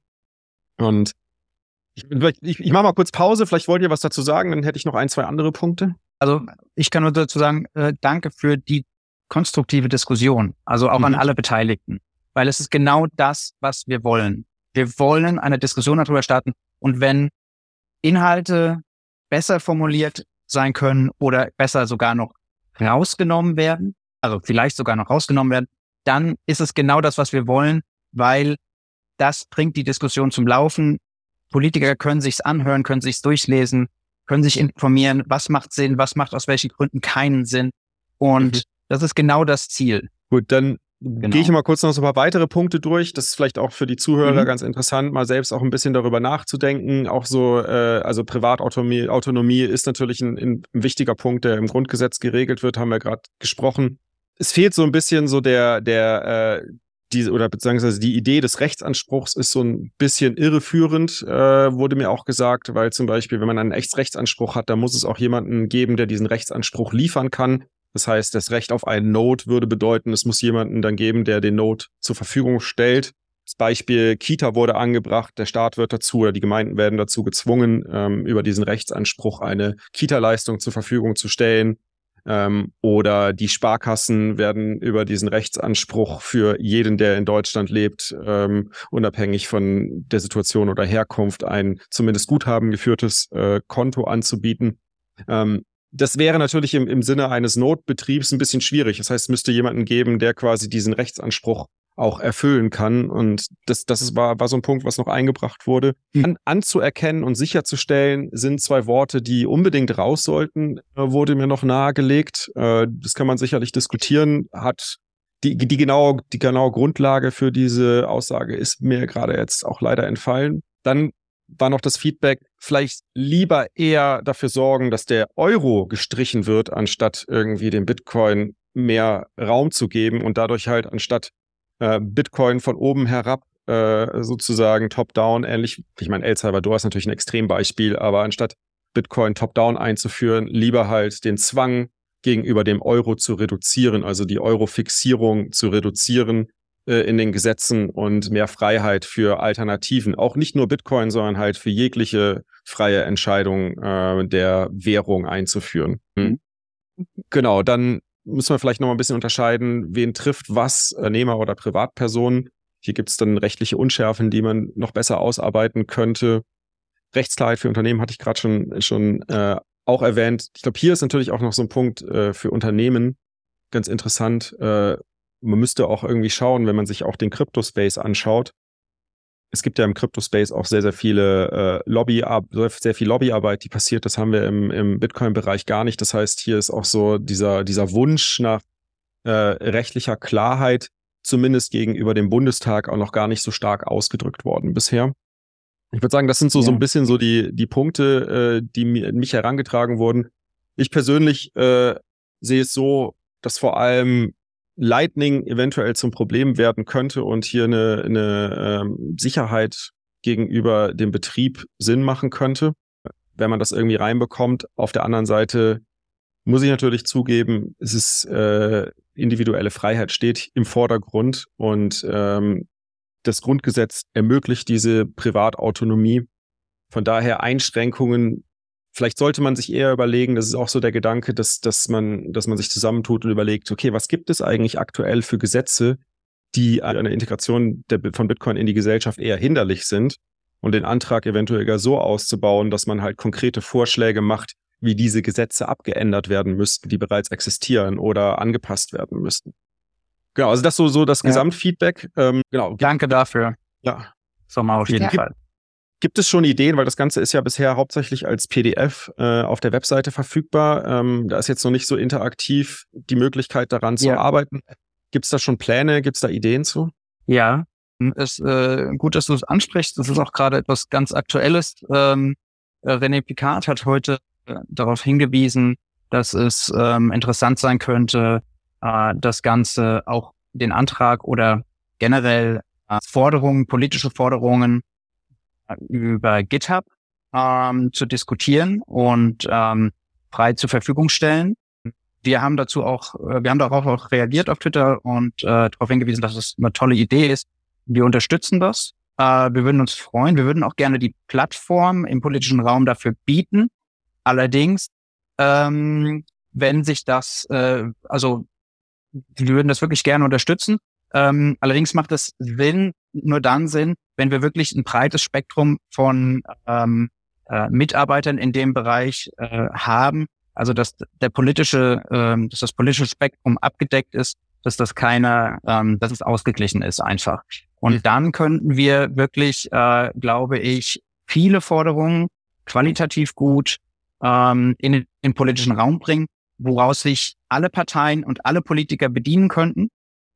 Und Ich, ich, ich mache mal kurz Pause, vielleicht wollt ihr was dazu sagen, dann hätte ich noch ein, zwei andere Punkte. Also ich kann nur dazu sagen, äh, danke für die konstruktive Diskussion, also auch mhm. an alle Beteiligten, weil es ist genau das, was wir wollen. Wir wollen eine Diskussion darüber starten und wenn Inhalte besser formuliert sein können oder besser sogar noch rausgenommen werden, also vielleicht sogar noch rausgenommen werden, dann ist es genau das, was wir wollen, weil das bringt die Diskussion zum Laufen. Politiker können sich's anhören, können sich's durchlesen, können sich informieren, was macht Sinn, was macht aus welchen Gründen keinen Sinn. Und mhm. das ist genau das Ziel. Gut, dann genau. gehe ich mal kurz noch so ein paar weitere Punkte durch. Das ist vielleicht auch für die Zuhörer mhm. ganz interessant, mal selbst auch ein bisschen darüber nachzudenken. Auch so, äh, also Privatautonomie Autonomie ist natürlich ein, ein wichtiger Punkt, der im Grundgesetz geregelt wird, haben wir gerade gesprochen. Es fehlt so ein bisschen so der, der, äh, Die, oder beziehungsweise die Idee des Rechtsanspruchs ist so ein bisschen irreführend, äh, wurde mir auch gesagt, weil zum Beispiel, wenn man einen Rechtsanspruch hat, dann muss es auch jemanden geben, der diesen Rechtsanspruch liefern kann. Das heißt, das Recht auf einen Node würde bedeuten, es muss jemanden dann geben, der den Node zur Verfügung stellt. Das Beispiel Kita wurde angebracht, der Staat wird dazu oder die Gemeinden werden dazu gezwungen, ähm, über diesen Rechtsanspruch eine Kita-Leistung zur Verfügung zu stellen. Ähm, oder die Sparkassen werden über diesen Rechtsanspruch für jeden, der in Deutschland lebt, ähm, unabhängig von der Situation oder Herkunft, ein zumindest Guthaben geführtes äh, Konto anzubieten. Ähm, das wäre natürlich im, im Sinne eines Notbetriebs ein bisschen schwierig. Das heißt, es müsste jemanden geben, der quasi diesen Rechtsanspruch auch erfüllen kann. Und das, das ist, war, war so ein Punkt, was noch eingebracht wurde. An, anzuerkennen und sicherzustellen sind zwei Worte, die unbedingt raus sollten, äh, wurde mir noch nahegelegt. Äh, das kann man sicherlich diskutieren. Hat die, die, genaue, die genaue Grundlage für diese Aussage ist mir gerade jetzt auch leider entfallen. Dann war noch das Feedback, vielleicht lieber eher dafür sorgen, dass der Euro gestrichen wird, anstatt irgendwie dem Bitcoin mehr Raum zu geben und dadurch halt anstatt Bitcoin von oben herab, äh, sozusagen top-down, ähnlich, ich meine, El Salvador ist natürlich ein Extrembeispiel, aber anstatt Bitcoin top-down einzuführen, lieber halt den Zwang gegenüber dem Euro zu reduzieren, also die Euro-Fixierung zu reduzieren äh, in den Gesetzen und mehr Freiheit für Alternativen, auch nicht nur Bitcoin, sondern halt für jegliche freie Entscheidung äh, der Währung einzuführen. Hm? Genau, dann müssen wir vielleicht noch mal ein bisschen unterscheiden, wen trifft was, Unternehmer oder Privatpersonen. Hier gibt es dann rechtliche Unschärfen, die man noch besser ausarbeiten könnte. Rechtsklarheit für Unternehmen hatte ich gerade schon, schon äh, auch erwähnt. Ich glaube, hier ist natürlich auch noch so ein Punkt äh, für Unternehmen ganz interessant. Äh, man müsste auch irgendwie schauen, wenn man sich auch den Crypto-Space anschaut. Es gibt ja im Crypto-Space auch sehr, sehr viele äh, Lobby, sehr viel Lobbyarbeit, die passiert. Das haben wir im, im Bitcoin-Bereich gar nicht. Das heißt, hier ist auch so dieser, dieser Wunsch nach äh, rechtlicher Klarheit, zumindest gegenüber dem Bundestag, auch noch gar nicht so stark ausgedrückt worden bisher. Ich würde sagen, das sind so, ja. so ein bisschen so die, die Punkte, äh, die mi- mich herangetragen wurden. Ich persönlich äh, sehe es so, dass vor allem Lightning eventuell zum Problem werden könnte und hier eine, eine ähm, Sicherheit gegenüber dem Betrieb Sinn machen könnte, wenn man das irgendwie reinbekommt. Auf der anderen Seite muss ich natürlich zugeben, es ist äh, individuelle Freiheit steht im Vordergrund und ähm, das Grundgesetz ermöglicht diese Privatautonomie. Von daher Einschränkungen, vielleicht sollte man sich eher überlegen, das ist auch so der Gedanke, dass, dass man, dass man sich zusammentut und überlegt, okay, was gibt es eigentlich aktuell für Gesetze, die eine Integration der, von Bitcoin in die Gesellschaft eher hinderlich sind und den Antrag eventuell gar so auszubauen, dass man halt konkrete Vorschläge macht, wie diese Gesetze abgeändert werden müssten, die bereits existieren oder angepasst werden müssten. Genau, also das so, so das ja. Gesamtfeedback. Ähm, genau. Danke dafür. Ja. So mal auf jeden ja. Fall. Gibt es schon Ideen, weil das Ganze ist ja bisher hauptsächlich als P D F äh, auf der Webseite verfügbar. Ähm, da ist jetzt noch nicht so interaktiv die Möglichkeit daran zu ja. arbeiten. Gibt es da schon Pläne? Gibt es da Ideen zu? Ja, es ist äh, gut, dass du es ansprichst. Das ist auch gerade etwas ganz Aktuelles. Ähm, René Picard hat heute äh, darauf hingewiesen, dass es ähm, interessant sein könnte, äh, das Ganze auch den Antrag oder generell äh, Forderungen, politische Forderungen über GitHub ähm, zu diskutieren und ähm, frei zur Verfügung stellen. Wir haben dazu auch, äh, wir haben darauf auch reagiert auf Twitter und äh, darauf hingewiesen, dass es eine tolle Idee ist. Wir unterstützen das. Äh, wir würden uns freuen. Wir würden auch gerne die Plattform im politischen Raum dafür bieten. Allerdings, ähm, wenn sich das, äh, also wir würden das wirklich gerne unterstützen. Ähm, allerdings macht es Sinn, nur dann Sinn, wenn wir wirklich ein breites Spektrum von ähm, äh, Mitarbeitern in dem Bereich äh, haben. Also dass der politische, ähm, dass das politische Spektrum abgedeckt ist, dass das keine, ähm, dass es ausgeglichen ist einfach. Und mhm. dann könnten wir wirklich, äh, glaube ich, viele Forderungen qualitativ gut ähm, in, in den politischen Raum bringen, woraus sich alle Parteien und alle Politiker bedienen könnten.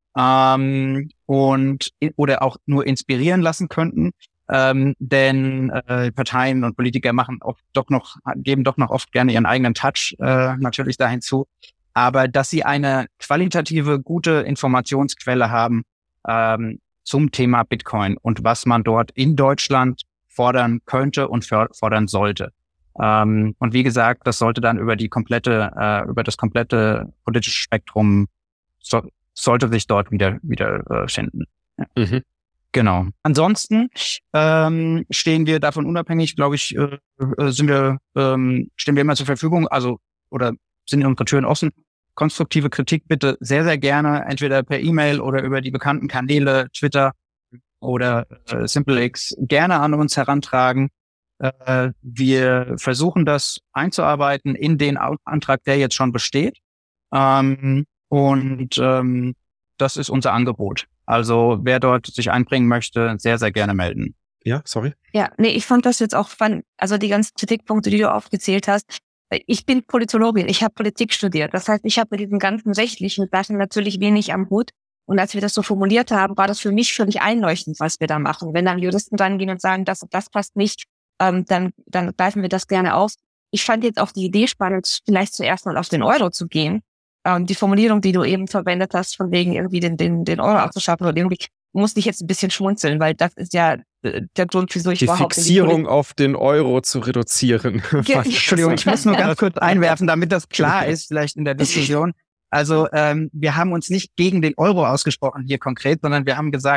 Ähm, und oder auch nur inspirieren lassen könnten, ähm, denn äh, Parteien und Politiker machen oft doch noch geben doch noch oft gerne ihren eigenen Touch äh, natürlich da hinzu, aber dass sie eine qualitative gute Informationsquelle haben ähm, zum Thema Bitcoin und was man dort in Deutschland fordern könnte und fordern sollte. Ähm, und wie gesagt, das sollte dann über die komplette äh, über das komplette politische Spektrum so, sollte sich dort wieder wieder äh, finden. Ja. Mhm. Genau. Ansonsten ähm, stehen wir davon unabhängig, glaube ich, äh, sind wir ähm, stehen wir immer zur Verfügung, also oder sind unsere Türen offen. Konstruktive Kritik bitte sehr sehr gerne, entweder per E-Mail oder über die bekannten Kanäle Twitter oder äh, SimpleX gerne an uns herantragen. Äh, wir versuchen das einzuarbeiten in den Antrag, der jetzt schon besteht. Ähm, Und ähm, das ist unser Angebot. Also wer dort sich einbringen möchte, sehr, sehr gerne melden. Ja, sorry. Ja, nee, ich fand das jetzt auch fun. Also die ganzen Kritikpunkte, die du aufgezählt hast. Ich bin Politologin, ich habe Politik studiert. Das heißt, ich habe mit diesen ganzen rechtlichen Sachen natürlich wenig am Hut. Und als wir das so formuliert haben, war das für mich völlig einleuchtend, was wir da machen. Wenn dann Juristen dann gehen und sagen, das und das passt nicht, ähm, dann, dann greifen wir das gerne auf. Ich fand jetzt auch die Idee spannend, vielleicht zuerst mal auf den Euro zu gehen. Ähm, die Formulierung, die du eben verwendet hast, von wegen irgendwie den, den, den Euro abzuschaffen oder irgendwie, musste ich jetzt ein bisschen schmunzeln, weil das ist ja äh, der Grund, wieso ich die überhaupt... Die Fixierung auf den Euro zu reduzieren. Ge- Entschuldigung, ich muss nur ganz kurz einwerfen, damit das klar ist, vielleicht in der Diskussion. Also ähm, wir haben uns nicht gegen den Euro ausgesprochen hier konkret, sondern wir haben gesagt,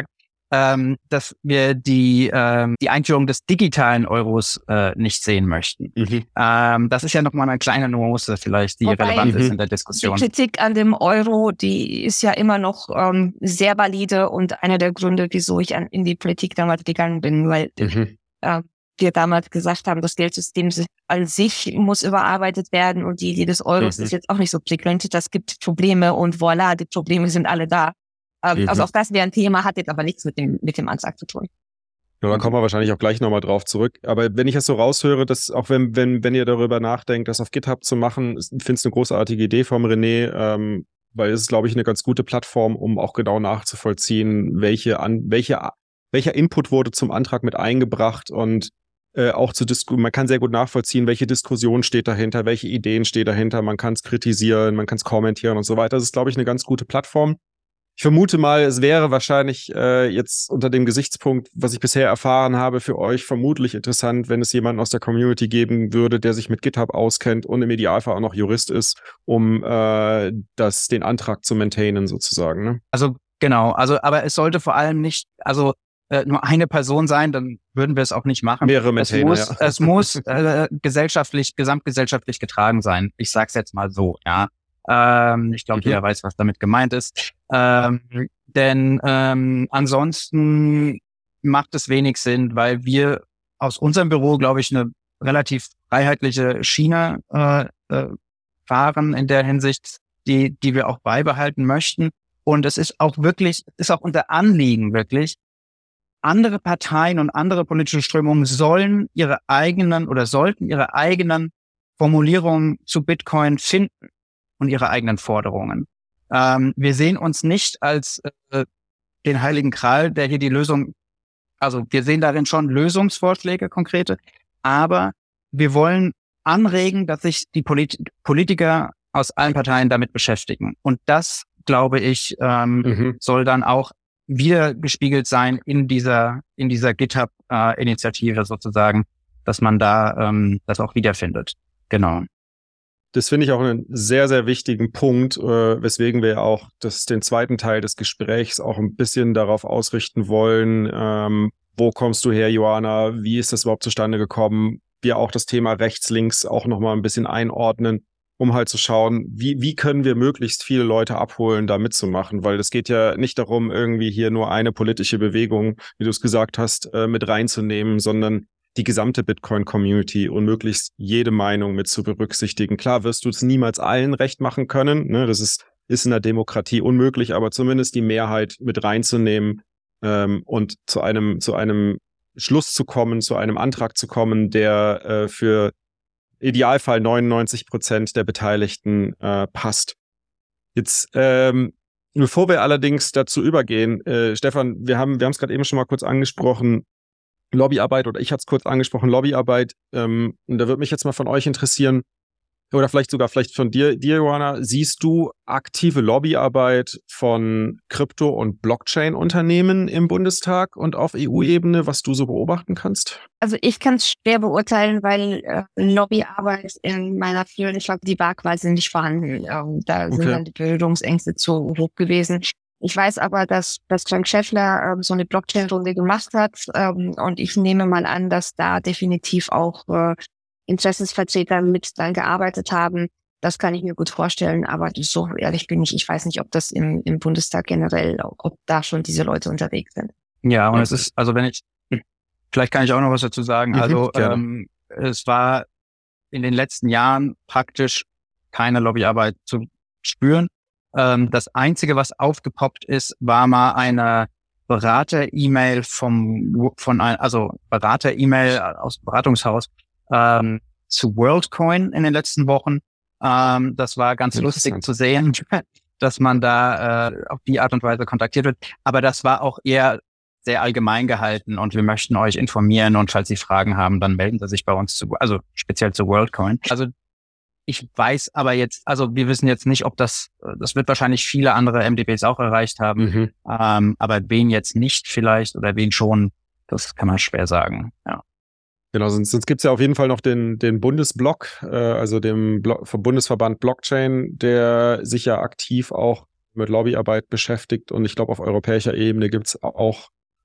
ähm, dass wir die, ähm, die Einführung des digitalen Euros äh, nicht sehen möchten. Mhm. Ähm, das ist ja nochmal eine kleine Nuance vielleicht, die Wobei, relevant ist mhm. in der Diskussion. Die Kritik an dem Euro, die ist ja immer noch ähm, sehr valide und einer der Gründe, wieso ich an, in die Politik damals gegangen bin, weil Mhm. äh, wir damals gesagt haben, das Geldsystem an sich muss überarbeitet werden und die Idee des Euros Mhm. ist jetzt auch nicht so prickelnd. Das gibt Probleme und voilà, die Probleme sind alle da. Ähm, Mhm. Also auch das wäre ein Thema, hat jetzt aber nichts mit dem mit dem Antrag zu tun. Ja, da kommen wir wahrscheinlich auch gleich nochmal drauf zurück. Aber wenn ich es so raushöre, dass auch wenn, wenn, wenn ihr darüber nachdenkt, das auf GitHub zu machen, ich finde es eine großartige Idee vom René, ähm, weil es ist, glaube ich, eine ganz gute Plattform, um auch genau nachzuvollziehen, welche an, welche, welcher Input wurde zum Antrag mit eingebracht und äh, auch zu Disku- man kann sehr gut nachvollziehen, welche Diskussion steht dahinter, welche Ideen stehen dahinter, man kann es kritisieren, man kann es kommentieren und so weiter. Das ist, glaube ich, eine ganz gute Plattform. Ich vermute mal, es wäre wahrscheinlich äh, jetzt unter dem Gesichtspunkt, was ich bisher erfahren habe, für euch vermutlich interessant, wenn es jemanden aus der Community geben würde, der sich mit GitHub auskennt und im Idealfall auch noch Jurist ist, um äh, das, den Antrag zu maintainen sozusagen. Ne? Also genau, also aber es sollte vor allem nicht, also äh, nur eine Person sein, dann würden wir es auch nicht machen. Mehrere Maintainer, es muss, ja. es muss äh, gesellschaftlich, gesamtgesellschaftlich getragen sein. Ich sag's jetzt mal so, ja. Ähm, ich glaube, Mhm. jeder weiß, was damit gemeint ist. Ähm, denn ähm, ansonsten macht es wenig Sinn, weil wir aus unserem Büro, glaube ich, eine relativ freiheitliche Schiene äh, äh, fahren in der Hinsicht, die, die wir auch beibehalten möchten. Und es ist auch wirklich, ist auch unser Anliegen wirklich, andere Parteien und andere politische Strömungen sollen ihre eigenen oder sollten ihre eigenen Formulierungen zu Bitcoin finden und ihre eigenen Forderungen. Ähm, wir sehen uns nicht als äh, den heiligen Gral, der hier die Lösung, also wir sehen darin schon Lösungsvorschläge, konkrete, aber wir wollen anregen, dass sich die Polit- Politiker aus allen Parteien damit beschäftigen. Und das, glaube ich, ähm, Mhm. soll dann auch wieder gespiegelt sein in dieser in dieser GitHub-Initiative sozusagen, dass man da ähm, das auch wiederfindet. Genau. Das finde ich auch einen sehr, sehr wichtigen Punkt, äh, weswegen wir auch das, den zweiten Teil des Gesprächs auch ein bisschen darauf ausrichten wollen, ähm, wo kommst du her, Joanna, wie ist das überhaupt zustande gekommen, wir auch das Thema rechts, links auch nochmal ein bisschen einordnen, um halt zu schauen, wie, wie können wir möglichst viele Leute abholen, da mitzumachen, weil es geht ja nicht darum, irgendwie hier nur eine politische Bewegung, wie du es gesagt hast, äh, mit reinzunehmen, sondern die gesamte Bitcoin-Community und möglichst jede Meinung mit zu berücksichtigen. Klar wirst du es niemals allen recht machen können, ne? Das ist, ist in der Demokratie unmöglich, aber zumindest die Mehrheit mit reinzunehmen ähm, und zu einem, zu einem Schluss zu kommen, zu einem Antrag zu kommen, der äh, für Idealfall neunundneunzig Prozent der Beteiligten äh, passt. Jetzt, ähm, bevor wir allerdings dazu übergehen, äh, Stefan, wir haben wir haben es gerade eben schon mal kurz angesprochen, Lobbyarbeit, oder ich hatte es kurz angesprochen, Lobbyarbeit. Ähm, und da würde mich jetzt mal von euch interessieren, oder vielleicht sogar vielleicht von dir, dir, Joanna, siehst du aktive Lobbyarbeit von Krypto- und Blockchain-Unternehmen im Bundestag und auf E U-Ebene, was du so beobachten kannst? Also ich kann es schwer beurteilen, weil äh, Lobbyarbeit in meiner früheren Stadt, die war quasi nicht vorhanden. Ähm, da sind Okay. dann die Bildungsängste zu hoch gewesen. Ich weiß aber, dass, dass Frank Schäffler ähm, so eine Blockchain-Runde gemacht hat ähm, und ich nehme mal an, dass da definitiv auch äh, Interessensvertreter mit dran gearbeitet haben. Das kann ich mir gut vorstellen, aber so ehrlich bin ich, ich weiß nicht, ob das im, im Bundestag generell, ob da schon diese Leute unterwegs sind. Ja, und es ist, also wenn ich, vielleicht kann ich auch noch was dazu sagen. Mhm, also gerne. ähm, es war in den letzten Jahren praktisch keine Lobbyarbeit zu spüren. Ähm, das Einzige, was aufgepoppt ist, war mal eine Berater-E-Mail vom, von ein, also Berater-E-Mail aus dem Beratungshaus ähm, zu WorldCoin in den letzten Wochen. Ähm, das war ganz lustig zu sehen, dass man da äh, auf die Art und Weise kontaktiert wird. Aber das war auch eher sehr allgemein gehalten und wir möchten euch informieren und falls Sie Fragen haben, dann melden Sie sich bei uns zu, also speziell zu WorldCoin. Also ich weiß aber jetzt, also wir wissen jetzt nicht, ob das, das wird wahrscheinlich viele andere M D Bs auch erreicht haben, Mhm. ähm, aber wen jetzt nicht vielleicht oder wen schon, das kann man schwer sagen, ja. Genau, sonst, sonst gibt's ja auf jeden Fall noch den, den Bundesblock, äh, also dem Blo- vom Bundesverband Blockchain, der sich ja aktiv auch mit Lobbyarbeit beschäftigt. Und ich glaube, auf europäischer Ebene gibt's auch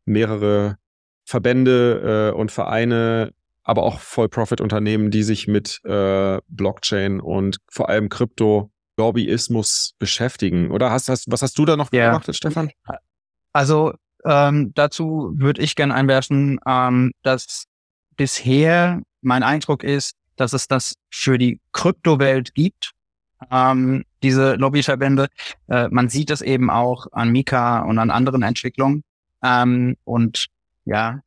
mehrere Verbände äh, und Vereine, aber auch Voll-Profit-Unternehmen, die sich mit äh, Blockchain und vor allem Krypto-Lobbyismus beschäftigen. Oder hast, hast was hast du da noch ja. gemacht, Stefan? Also ähm, dazu würde ich gerne einwerfen, ähm, dass bisher mein Eindruck ist, dass es das für die Kryptowelt gibt, ähm, diese Lobbyverbände. Äh, man sieht es eben auch an Mika und an anderen Entwicklungen. Ähm, und ja,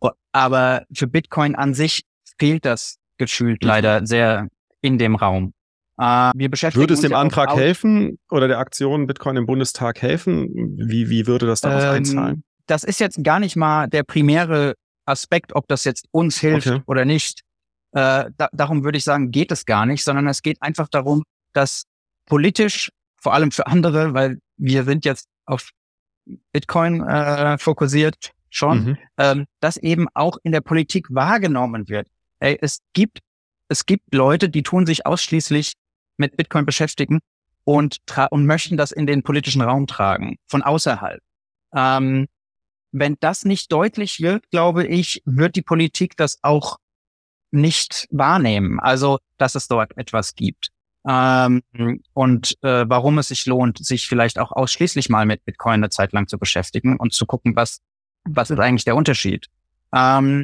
aber für Bitcoin an sich fehlt das gefühlt mhm. leider sehr in dem Raum. Äh, wir beschäftigen würde es dem uns Antrag auch helfen oder der Aktion Bitcoin im Bundestag helfen? Wie, wie würde das darauf ähm, einzahlen? Das ist jetzt gar nicht mal der primäre Aspekt, ob das jetzt uns hilft okay. oder nicht. Äh, da, darum würde ich sagen, geht es gar nicht, sondern es geht einfach darum, dass politisch, vor allem für andere, weil wir sind jetzt auf Bitcoin äh, fokussiert schon, mhm. ähm, dass eben auch in der Politik wahrgenommen wird. Ey, es gibt es gibt Leute, die tun sich ausschließlich mit Bitcoin beschäftigen und tra- und möchten das in den politischen Raum tragen, von außerhalb. Ähm, wenn das nicht deutlich wird, glaube ich, wird die Politik das auch nicht wahrnehmen. Also, dass es dort etwas gibt. Ähm, und äh, warum es sich lohnt, sich vielleicht auch ausschließlich mal mit Bitcoin eine Zeit lang zu beschäftigen und zu gucken, was was ist eigentlich der Unterschied. Ähm,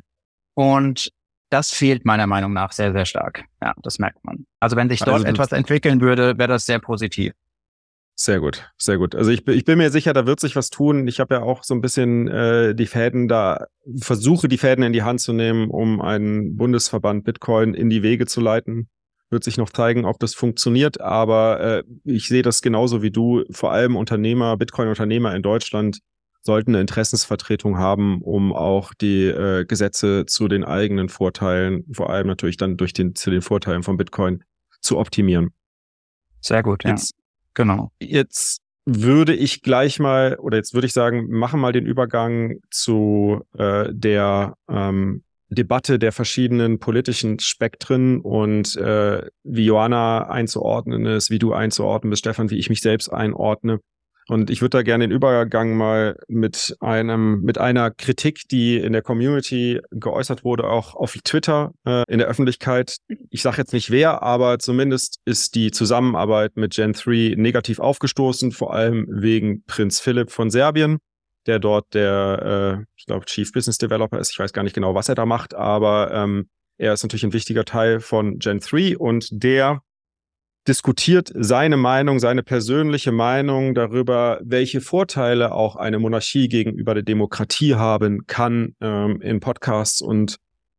und das fehlt meiner Meinung nach sehr, sehr stark. Ja, das merkt man. Also wenn sich dort also, etwas entwickeln würde, wäre das sehr positiv. Sehr gut, sehr gut. Also ich, ich bin mir sicher, da wird sich was tun. Ich habe ja auch so ein bisschen äh, die Fäden da, versuche die Fäden in die Hand zu nehmen, um einen Bundesverband Bitcoin in die Wege zu leiten. Wird sich noch zeigen, ob das funktioniert, aber äh, ich sehe das genauso wie du. Vor allem Unternehmer, Bitcoin-Unternehmer in Deutschland sollten eine Interessensvertretung haben, um auch die äh, Gesetze zu den eigenen Vorteilen, vor allem natürlich dann durch den zu den Vorteilen von Bitcoin, zu optimieren. Sehr gut, ja. Jetzt, genau. Jetzt würde ich gleich mal, oder jetzt würde ich sagen, machen mal den Übergang zu äh, der ähm, Debatte der verschiedenen politischen Spektren und äh, wie Joanna einzuordnen ist, wie du einzuordnen bist, Stefan, wie ich mich selbst einordne. Und ich würde da gerne den Übergang mal mit einem, mit einer Kritik, die in der Community geäußert wurde, auch auf Twitter, äh, in der Öffentlichkeit. Ich sage jetzt nicht wer, aber zumindest ist die Zusammenarbeit mit Gen drei negativ aufgestoßen, vor allem wegen Prinz Philipp von Serbien, der dort der, äh, ich glaube, Chief Business Developer ist. Ich weiß gar nicht genau, was er da macht, aber ähm, er ist natürlich ein wichtiger Teil von Gen drei und der diskutiert seine Meinung, seine persönliche Meinung darüber, welche Vorteile auch eine Monarchie gegenüber der Demokratie haben kann ähm, in Podcasts. Und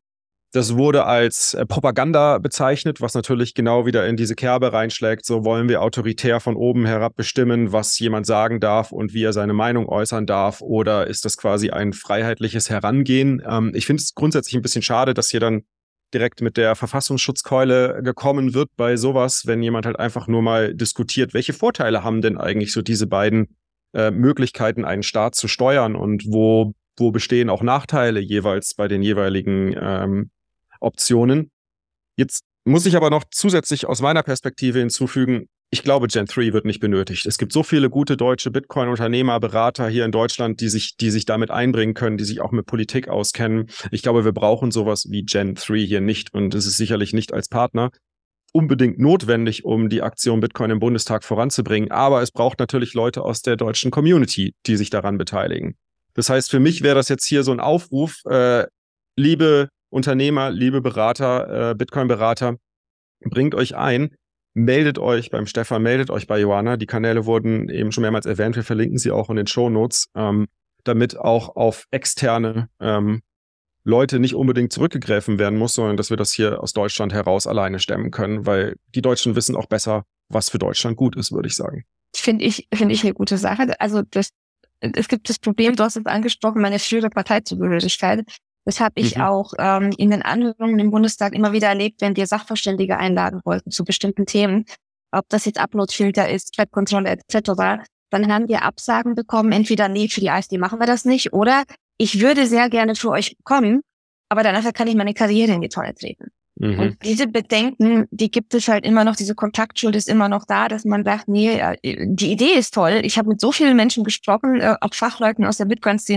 das wurde als äh, Propaganda bezeichnet, was natürlich genau wieder in diese Kerbe reinschlägt. So wollen wir autoritär von oben herab bestimmen, was jemand sagen darf und wie er seine Meinung äußern darf. Oder ist das quasi ein freiheitliches Herangehen? Ähm, ich finde es grundsätzlich ein bisschen schade, dass hier dann direkt mit der Verfassungsschutzkeule gekommen wird bei sowas, wenn jemand halt einfach nur mal diskutiert, welche Vorteile haben denn eigentlich so diese beiden äh, Möglichkeiten, einen Staat zu steuern und wo, wo bestehen auch Nachteile jeweils bei den jeweiligen ähm, Optionen. Jetzt muss ich aber noch zusätzlich aus meiner Perspektive hinzufügen, ich glaube, Gen drei wird nicht benötigt. Es gibt so viele gute deutsche Bitcoin-Unternehmer, Berater hier in Deutschland, die sich, die sich damit einbringen können, die sich auch mit Politik auskennen. Ich glaube, wir brauchen sowas wie Gen drei hier nicht und es ist sicherlich nicht als Partner unbedingt notwendig, um die Aktion Bitcoin im Bundestag voranzubringen. Aber es braucht natürlich Leute aus der deutschen Community, die sich daran beteiligen. Das heißt, für mich wäre das jetzt hier so ein Aufruf, äh, liebe Unternehmer, liebe Berater, äh, Bitcoin-Berater, bringt euch ein, meldet euch beim Stefan, meldet euch bei Joanna. Die Kanäle wurden eben schon mehrmals erwähnt. Wir verlinken sie auch in den Shownotes, ähm, damit auch auf externe ähm, Leute nicht unbedingt zurückgegriffen werden muss, sondern dass wir das hier aus Deutschland heraus alleine stemmen können, weil die Deutschen wissen auch besser, was für Deutschland gut ist, würde ich sagen. Finde ich, finde ich eine gute Sache. Also das, es gibt das Problem, du hast es angesprochen, meine frühere Parteizugehörigkeit. Das habe ich mhm. auch ähm, in den Anhörungen im Bundestag immer wieder erlebt, wenn wir Sachverständige einladen wollten zu bestimmten Themen, ob das jetzt Uploadfilter ist, Chatkontrolle et cetera, dann haben wir Absagen bekommen, entweder nee, für die AfD machen wir das nicht, oder ich würde sehr gerne für euch kommen, aber danach kann ich meine Karriere in die Tonne treten. Mhm. Und diese Bedenken, die gibt es halt immer noch, diese Kontaktschuld ist immer noch da, dass man sagt, nee, die Idee ist toll, ich habe mit so vielen Menschen gesprochen, auch Fachleuten aus der Bitcoin-Szene,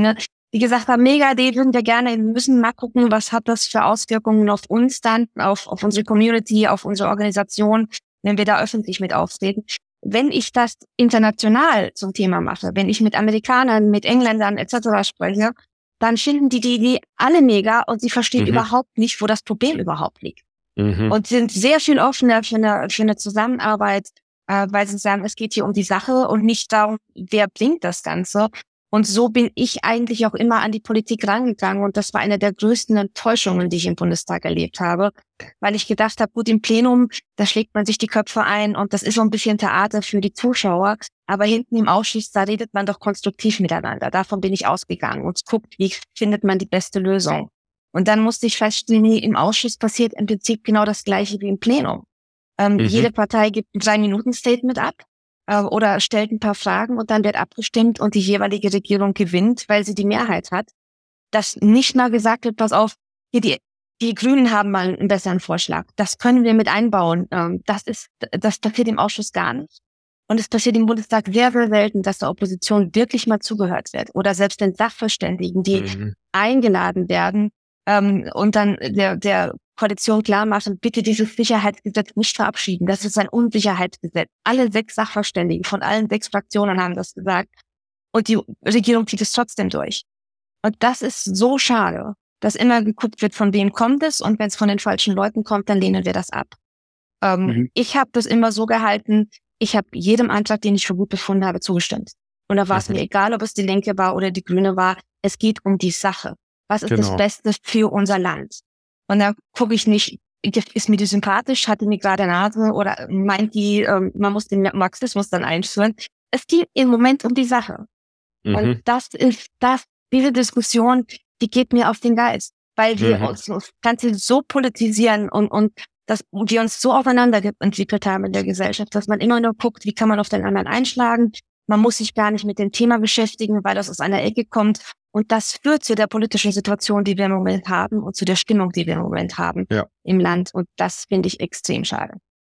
die gesagt haben, mega Idee, würden wir gerne, wir müssen mal gucken, was hat das für Auswirkungen auf uns dann, auf, auf unsere Community, auf unsere Organisation, wenn wir da öffentlich mit auftreten. Wenn ich das international zum Thema mache, wenn ich mit Amerikanern, mit Engländern et cetera spreche, dann finden die die Idee alle mega und sie verstehen mhm. überhaupt nicht, wo das Problem überhaupt liegt. Mhm. Und sind sehr viel offener für eine, für eine Zusammenarbeit, äh, weil sie sagen, es geht hier um die Sache und nicht darum, wer bringt das Ganze. Und so bin ich eigentlich auch immer an die Politik rangegangen. Und das war eine der größten Enttäuschungen, die ich im Bundestag erlebt habe. Weil ich gedacht habe, gut, im Plenum, da schlägt man sich die Köpfe ein und das ist so ein bisschen Theater für die Zuschauer. Aber hinten im Ausschuss, da redet man doch konstruktiv miteinander. Davon bin ich ausgegangen und guckt, wie findet man die beste Lösung. Und dann musste ich feststellen, im Ausschuss passiert im Prinzip genau das Gleiche wie im Plenum. Ähm, mhm. Jede Partei gibt ein Drei-Minuten-Statement ab. Oder stellt ein paar Fragen und dann wird abgestimmt und die jeweilige Regierung gewinnt, weil sie die Mehrheit hat. Dass nicht mal gesagt wird, pass auf, hier die, die Grünen haben mal einen besseren Vorschlag. Das können wir mit einbauen. Das ist, das passiert im Ausschuss gar nicht. Und es passiert im Bundestag sehr, sehr selten, dass der Opposition wirklich mal zugehört wird. Oder selbst den Sachverständigen, die mhm. eingeladen werden, ähm, und dann der, der Koalition klar machen, bitte dieses Sicherheitsgesetz nicht verabschieden. Das ist ein Unsicherheitsgesetz. Alle sechs Sachverständigen von allen sechs Fraktionen haben das gesagt. Und die Regierung zieht es trotzdem durch. Und das ist so schade, dass immer geguckt wird, von wem kommt es. Und wenn es von den falschen Leuten kommt, dann lehnen wir das ab. Ähm, mhm. Ich habe das immer so gehalten, ich habe jedem Antrag, den ich für gut befunden habe, zugestimmt. Und da war es mhm. mir egal, ob es die Linke war oder die Grüne war. Es geht um die Sache. Was ist genau. das Beste für unser Land? Und da gucke ich nicht, ist mir die sympathisch, hat die eine gerade Nase oder meint die, ähm, man muss den Marxismus dann einführen. Es geht im Moment um die Sache. Mhm. Und das ist das, diese Diskussion, die geht mir auf den Geist, weil wir mhm. uns das Ganze so politisieren und, und dass wir uns so aufeinander entwickelt haben in der Gesellschaft, dass man immer nur guckt, wie kann man auf den anderen einschlagen. Man muss sich gar nicht mit dem Thema beschäftigen, weil das aus einer Ecke kommt. Und das führt zu der politischen Situation, die wir im Moment haben und zu der Stimmung, die wir im Moment haben ja. im Land. Und das finde ich extrem schade.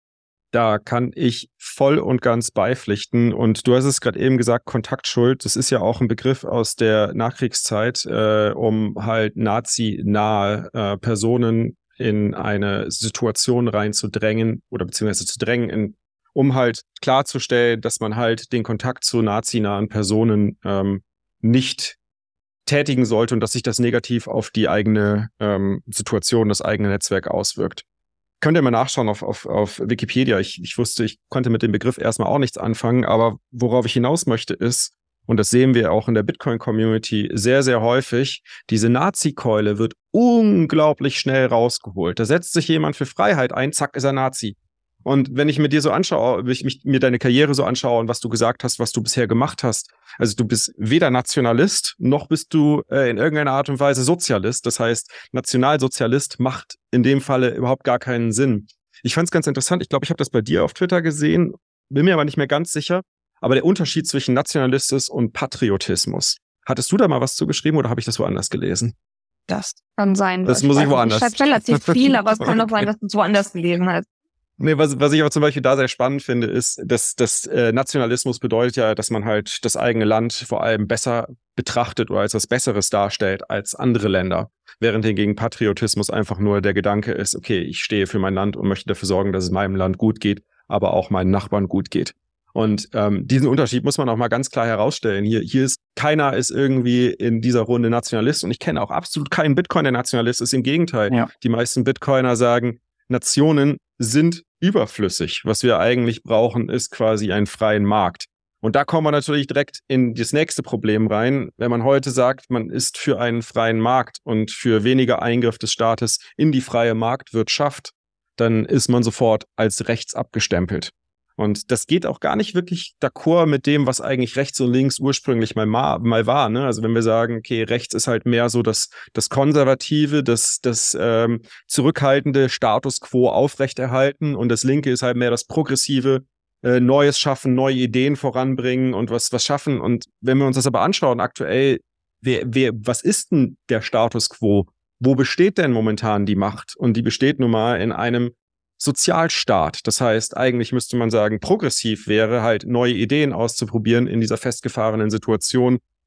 Da kann ich voll und ganz beipflichten. Und du hast es gerade eben gesagt, Kontaktschuld, das ist ja auch ein Begriff aus der Nachkriegszeit, äh, um halt nazi-nahe äh, Personen in eine Situation reinzudrängen oder beziehungsweise zu drängen, in, um halt klarzustellen, dass man halt den Kontakt zu nazi-nahen Personen ähm, nicht tätigen sollte und dass sich das negativ auf die eigene ähm, Situation, das eigene Netzwerk auswirkt. Könnt ihr mal nachschauen auf, auf, auf Wikipedia. Ich, ich wusste, ich konnte mit dem Begriff erstmal auch nichts anfangen, aber worauf ich hinaus möchte ist, und das sehen wir auch in der Bitcoin-Community sehr, sehr häufig, diese Nazi-Keule wird unglaublich schnell rausgeholt. Da setzt sich jemand für Freiheit ein, zack, ist er Nazi. Und wenn ich mir dir so anschaue, wenn ich mich, mir deine Karriere so anschaue und was du gesagt hast, was du bisher gemacht hast, also du bist weder Nationalist, noch bist du äh, in irgendeiner Art und Weise Sozialist. Das heißt, Nationalsozialist macht in dem Falle überhaupt gar keinen Sinn. Ich fand es ganz interessant, ich glaube, ich habe das bei dir auf Twitter gesehen, bin mir aber nicht mehr ganz sicher, aber der Unterschied zwischen Nationalismus und Patriotismus. Hattest du da mal was zugeschrieben oder habe ich das woanders gelesen? Das kann sein. Das muss ich woanders. Ich schreibe relativ viel, aber es kann auch sein, dass du es woanders gelesen hast. Nee, was, was ich aber zum Beispiel da sehr spannend finde, ist, dass das äh, Nationalismus bedeutet ja, dass man halt das eigene Land vor allem besser betrachtet oder als was Besseres darstellt als andere Länder. Während hingegen Patriotismus einfach nur der Gedanke ist, okay, ich stehe für mein Land und möchte dafür sorgen, dass es meinem Land gut geht, aber auch meinen Nachbarn gut geht. Und ähm, diesen Unterschied muss man auch mal ganz klar herausstellen. Hier, hier ist keiner ist irgendwie in dieser Runde Nationalist und ich kenne auch absolut keinen Bitcoin, der Nationalist ist. Im Gegenteil, ja. Die meisten Bitcoiner sagen, Nationen sind überflüssig. Was wir eigentlich brauchen, ist quasi einen freien Markt. Und da kommen wir natürlich direkt in das nächste Problem rein. Wenn man heute sagt, man ist für einen freien Markt und für weniger Eingriff des Staates in die freie Marktwirtschaft, dann ist man sofort als rechts abgestempelt. Und das geht auch gar nicht wirklich d'accord mit dem, was eigentlich rechts und links ursprünglich mal, mal war. Ne? Also wenn wir sagen, okay, rechts ist halt mehr so das, das Konservative, das, das ähm, zurückhaltende Status quo aufrechterhalten und das Linke ist halt mehr das Progressive, äh, Neues schaffen, neue Ideen voranbringen und was, was schaffen. Und wenn wir uns das aber anschauen, aktuell, wer, wer, was ist denn der Status quo? Wo besteht denn momentan die Macht? Und die besteht nun mal in einem Sozialstaat. Das heißt, eigentlich müsste man sagen, progressiv wäre halt neue Ideen auszuprobieren in dieser festgefahrenen Situation,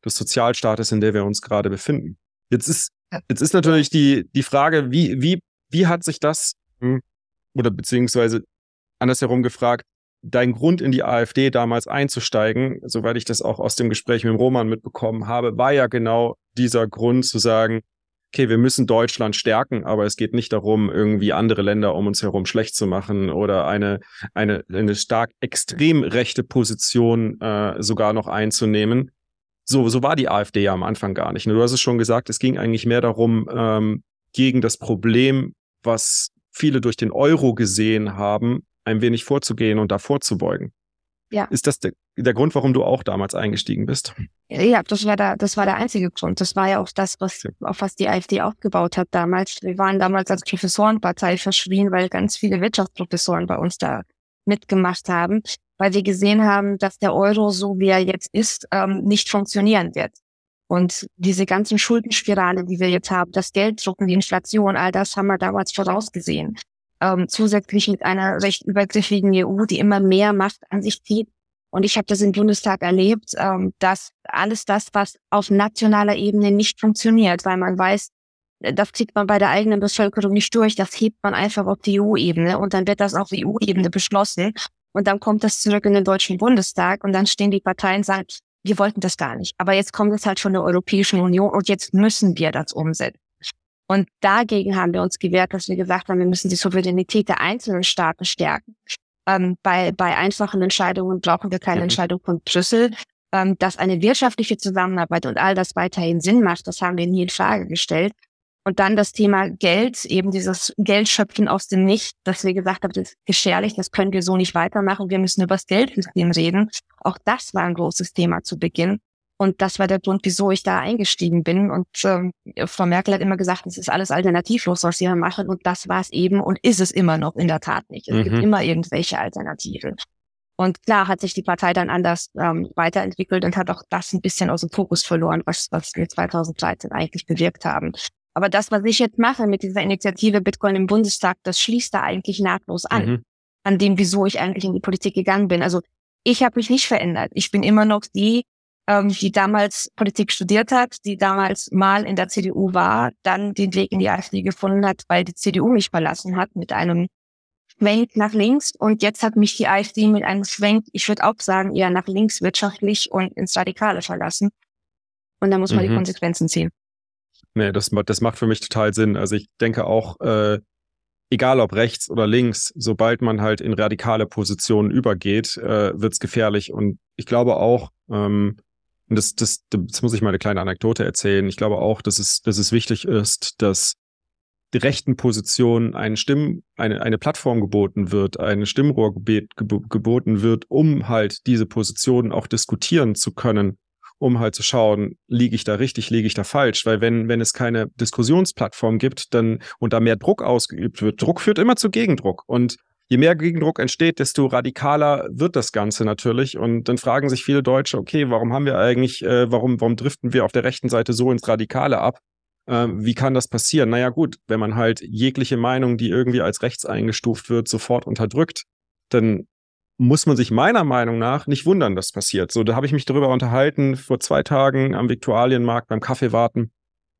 des Sozialstaates, in der wir uns gerade befinden. Jetzt ist, jetzt ist natürlich die, die Frage, wie, wie, wie hat sich das, oder beziehungsweise andersherum gefragt, dein Grund in die AfD damals einzusteigen, soweit ich das auch aus dem Gespräch mit dem Roman mitbekommen habe, war ja genau dieser Grund zu sagen, okay, wir müssen Deutschland stärken, aber es geht nicht darum, irgendwie andere Länder um uns herum schlecht zu machen oder eine, eine, eine stark extrem rechte Position äh, sogar noch einzunehmen. So, so war die AfD ja am Anfang gar nicht. Du hast es schon gesagt, es ging eigentlich mehr darum, ähm, gegen das Problem, was viele durch den Euro gesehen haben, ein wenig vorzugehen und da vorzubeugen. Ja. Ist das der, der Grund, warum du auch damals eingestiegen bist? Ja, das war der, das war der einzige Grund. Das war ja auch das, was, auf was die AfD aufgebaut hat damals. Wir waren damals als Professorenpartei verschrien, weil ganz viele Wirtschaftsprofessoren bei uns da mitgemacht haben, weil wir gesehen haben, dass der Euro, so wie er jetzt ist, ähm, nicht funktionieren wird. Und diese ganzen Schuldenspirale, die wir jetzt haben, das Gelddrucken, die Inflation, all das haben wir damals vorausgesehen. Ähm, zusätzlich mit einer recht übergriffigen E U, die immer mehr Macht an sich zieht. Und ich habe das im Bundestag erlebt, ähm, dass alles das, was auf nationaler Ebene nicht funktioniert, weil man weiß, das kriegt man bei der eigenen Bevölkerung nicht durch, das hebt man einfach auf die E U-Ebene und dann wird das auf E U-Ebene beschlossen und dann kommt das zurück in den Deutschen Bundestag und dann stehen die Parteien und sagen, wir wollten das gar nicht. Aber jetzt kommt es halt von der Europäischen Union und jetzt müssen wir das umsetzen. Und dagegen haben wir uns gewehrt, dass wir gesagt haben, wir müssen die Souveränität der einzelnen Staaten stärken. Ähm, bei, bei einfachen Entscheidungen brauchen wir keine mhm. Entscheidung von Brüssel. Ähm, dass eine wirtschaftliche Zusammenarbeit und all das weiterhin Sinn macht, das haben wir nie in Frage gestellt. Und dann das Thema Geld, eben dieses Geldschöpfen aus dem Nichts, dass wir gesagt haben, das ist gefährlich, das können wir so nicht weitermachen, wir müssen über das Geldsystem reden. Auch das war ein großes Thema zu Beginn. Und das war der Grund, wieso ich da eingestiegen bin. Und ähm, Frau Merkel hat immer gesagt, es ist alles alternativlos, was sie hier machen. Und das war es eben und ist es immer noch in der Tat nicht. Es mhm. gibt immer irgendwelche Alternativen. Und klar hat sich die Partei dann anders ähm, weiterentwickelt und hat auch das ein bisschen aus dem Fokus verloren, was, was wir zweitausenddreizehn eigentlich bewirkt haben. Aber das, was ich jetzt mache mit dieser Initiative Bitcoin im Bundestag, das schließt da eigentlich nahtlos an, mhm. an dem, wieso ich eigentlich in die Politik gegangen bin. Also ich habe mich nicht verändert. Ich bin immer noch die, ähm, die damals Politik studiert hat, die damals mal in der C D U war, dann den Weg in die AfD gefunden hat, weil die C D U mich verlassen hat mit einem Schwenk nach links. Und jetzt hat mich die AfD mit einem Schwenk, ich würde auch sagen, eher nach links wirtschaftlich und ins Radikale verlassen. Und da muss man mhm. die Konsequenzen ziehen. Nee, das, das macht für mich total Sinn. Also ich denke auch, äh, egal ob rechts oder links, sobald man halt in radikale Positionen übergeht, äh, wird's gefährlich. Und ich glaube auch, ähm, und das, das, das muss ich mal eine kleine Anekdote erzählen, ich glaube auch, dass es, dass es wichtig ist, dass die rechten Positionen eine Stimm, eine, eine Plattform geboten wird, eine Stimmrohr gebet, geb, geboten wird, um halt diese Positionen auch diskutieren zu können, um halt zu schauen, liege ich da richtig, liege ich da falsch? Weil wenn, wenn es keine Diskussionsplattform gibt, dann, und da mehr Druck ausgeübt wird, Druck führt immer zu Gegendruck. Und je mehr Gegendruck entsteht, desto radikaler wird das Ganze natürlich. Und dann fragen sich viele Deutsche, okay, warum haben wir eigentlich, äh, warum, warum driften wir auf der rechten Seite so ins Radikale ab? Äh, wie kann das passieren? Naja gut, wenn man halt jegliche Meinung, die irgendwie als rechts eingestuft wird, sofort unterdrückt, dann muss man sich meiner Meinung nach nicht wundern, dass passiert. So, da habe ich mich darüber unterhalten vor zwei Tagen am Viktualienmarkt beim Kaffeewarten.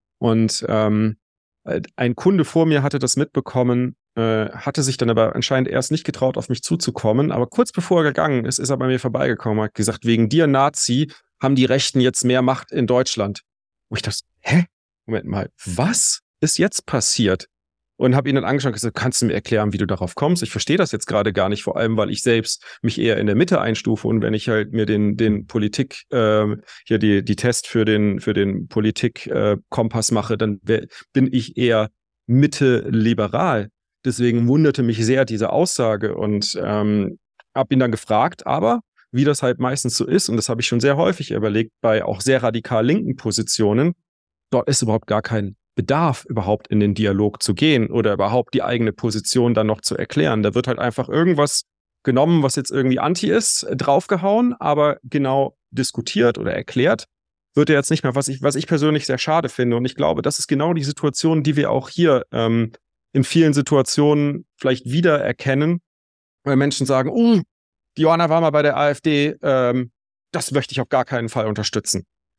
Und ähm, ein Kunde vor mir hatte das mitbekommen, äh, hatte sich dann aber anscheinend erst nicht getraut, auf mich zuzukommen. Aber kurz bevor er gegangen ist, ist er bei mir vorbeigekommen, hat gesagt, wegen dir, Nazi, haben die Rechten jetzt mehr Macht in Deutschland. Und ich dachte, hä? Moment mal, was ist jetzt passiert? Und habe ihn dann angeschaut und gesagt, kannst du mir erklären, wie du darauf kommst? Ich verstehe das jetzt gerade gar nicht, vor allem, weil ich selbst mich eher in der Mitte einstufe und wenn ich halt mir den den Politik, äh, hier die die Test für den für den Politik-Kompass äh, mache, dann wär, bin ich eher Mitte-liberal. Deswegen wunderte mich sehr diese Aussage und ähm, habe ihn dann gefragt, aber wie das halt meistens so ist, und das habe ich schon sehr häufig überlegt, bei auch sehr radikal linken Positionen, dort ist überhaupt gar kein Bedarf, überhaupt in den Dialog zu gehen oder überhaupt die eigene Position dann noch zu erklären. Da wird halt einfach irgendwas genommen, was jetzt irgendwie anti ist, draufgehauen, aber genau diskutiert oder erklärt wird ja jetzt nicht mehr, was ich, was ich persönlich sehr schade finde. Und ich glaube, das ist genau die Situation, die wir auch hier ähm, in vielen Situationen vielleicht wiedererkennen, weil Menschen sagen, oh, die Johanna war mal bei der AfD, ähm, das möchte ich auf gar keinen Fall unterstützen.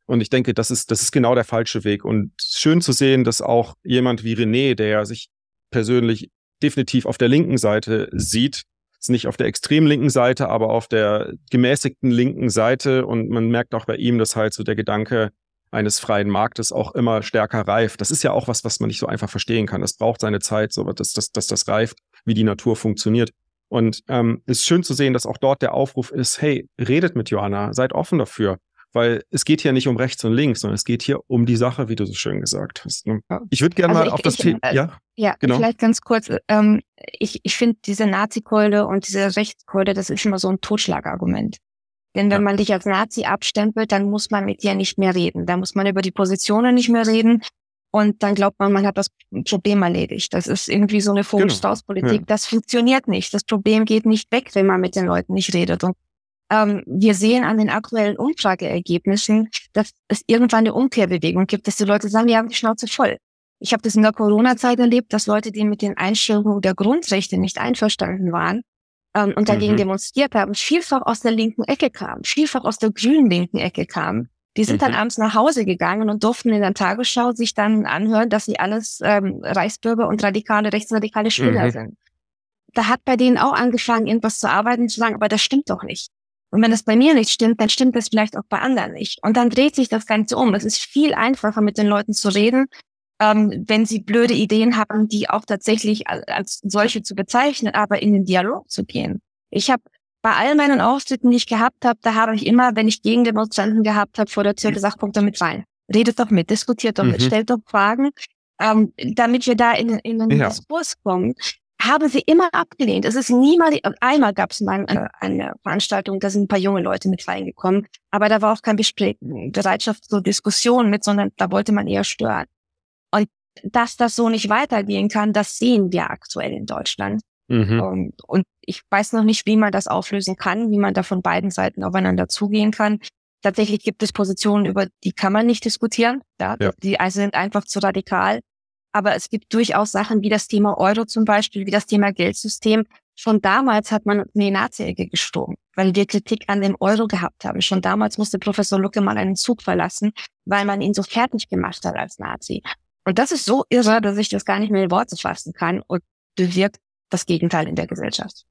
Und ich denke, das ist, das ist genau der falsche Weg. Und schön zu sehen, dass auch jemand wie René, der ja sich persönlich definitiv auf der linken Seite sieht, ist nicht auf der extrem linken Seite, aber auf der gemäßigten linken Seite. Und man merkt auch bei ihm, dass halt so der Gedanke eines freien Marktes auch immer stärker reift. Das ist ja auch was, was man nicht so einfach verstehen kann. Das braucht seine Zeit, so dass, dass, dass das reift, wie die Natur funktioniert. Und ähm, es ist schön zu sehen, dass auch dort der Aufruf ist, hey, redet mit Joanna, seid offen dafür. Weil es geht hier nicht um rechts und links, sondern es geht hier um die Sache, wie du so schön gesagt hast. Ich würde gerne Also mal ich, auf das ich, Thema... äh, Ja, Ja, genau. vielleicht ganz kurz. Ähm, ich ich finde, diese Nazi-Keule und diese Rechtskeule, das ist immer so ein Totschlagargument. Denn wenn Ja. man dich als Nazi abstempelt, dann muss man mit dir nicht mehr reden. Da muss man über die Positionen nicht mehr reden. Und dann glaubt man, man hat das Problem erledigt. Das ist irgendwie so eine Vogel-Strauß-Politik. Ja. Das funktioniert nicht. Das Problem geht nicht weg, wenn man mit den Leuten nicht redet. Und ähm, wir sehen an den aktuellen Umfrageergebnissen, dass es irgendwann eine Umkehrbewegung gibt, dass die Leute sagen, die haben die Schnauze voll. Ich habe das in der Corona-Zeit erlebt, dass Leute, die mit den Einschränkungen der Grundrechte nicht einverstanden waren ähm, und dagegen Mhm. demonstriert haben, vielfach aus der linken Ecke kamen, vielfach aus der grünen linken Ecke kamen. Die sind Mhm. dann abends nach Hause gegangen und durften in der Tagesschau sich dann anhören, dass sie alles ähm, Reichsbürger und radikale, rechtsradikale Spinner Mhm. sind. Da hat bei denen auch angefangen, irgendwas zu arbeiten, zu sagen, aber das stimmt doch nicht. Und wenn das bei mir nicht stimmt, dann stimmt das vielleicht auch bei anderen nicht. Und dann dreht sich das Ganze um. Es ist viel einfacher, mit den Leuten zu reden, ähm, wenn sie blöde Ideen haben, die auch tatsächlich als, als solche zu bezeichnen, aber in den Dialog zu gehen. Ich habe bei all meinen Auftritten, die ich gehabt habe, da habe ich immer, wenn ich Gegendemonstranten gehabt habe, vor der Tür gesagt, kommt doch mit rein. Redet doch mit, diskutiert doch mit, Mhm. stellt doch Fragen, ähm, damit wir da in, in den Ja. Diskurs kommen. Haben sie immer abgelehnt. Es ist niemals, einmal gab es mal eine, eine Veranstaltung, da sind ein paar junge Leute mit reingekommen, aber da war auch keine Bespre- Bereitschaft zur Diskussion mit, sondern da wollte man eher stören. Und dass das so nicht weitergehen kann, das sehen wir aktuell in Deutschland. Mhm. Und, und ich weiß noch nicht, wie man das auflösen kann, wie man da von beiden Seiten aufeinander zugehen kann. Tatsächlich gibt es Positionen, über die kann man nicht diskutieren. Ja, Ja. Die sind einfach zu radikal. Aber es gibt durchaus Sachen wie das Thema Euro zum Beispiel, wie das Thema Geldsystem. Schon damals hat man in die Nazi-Ecke gestoßen, weil wir Kritik an dem Euro gehabt haben. Schon damals musste Professor Lucke mal einen Zug verlassen, weil man ihn so fertig gemacht hat als Nazi. Und das ist so irre, dass ich das gar nicht mehr in Worte fassen kann und bewirkt das Gegenteil in der Gesellschaft.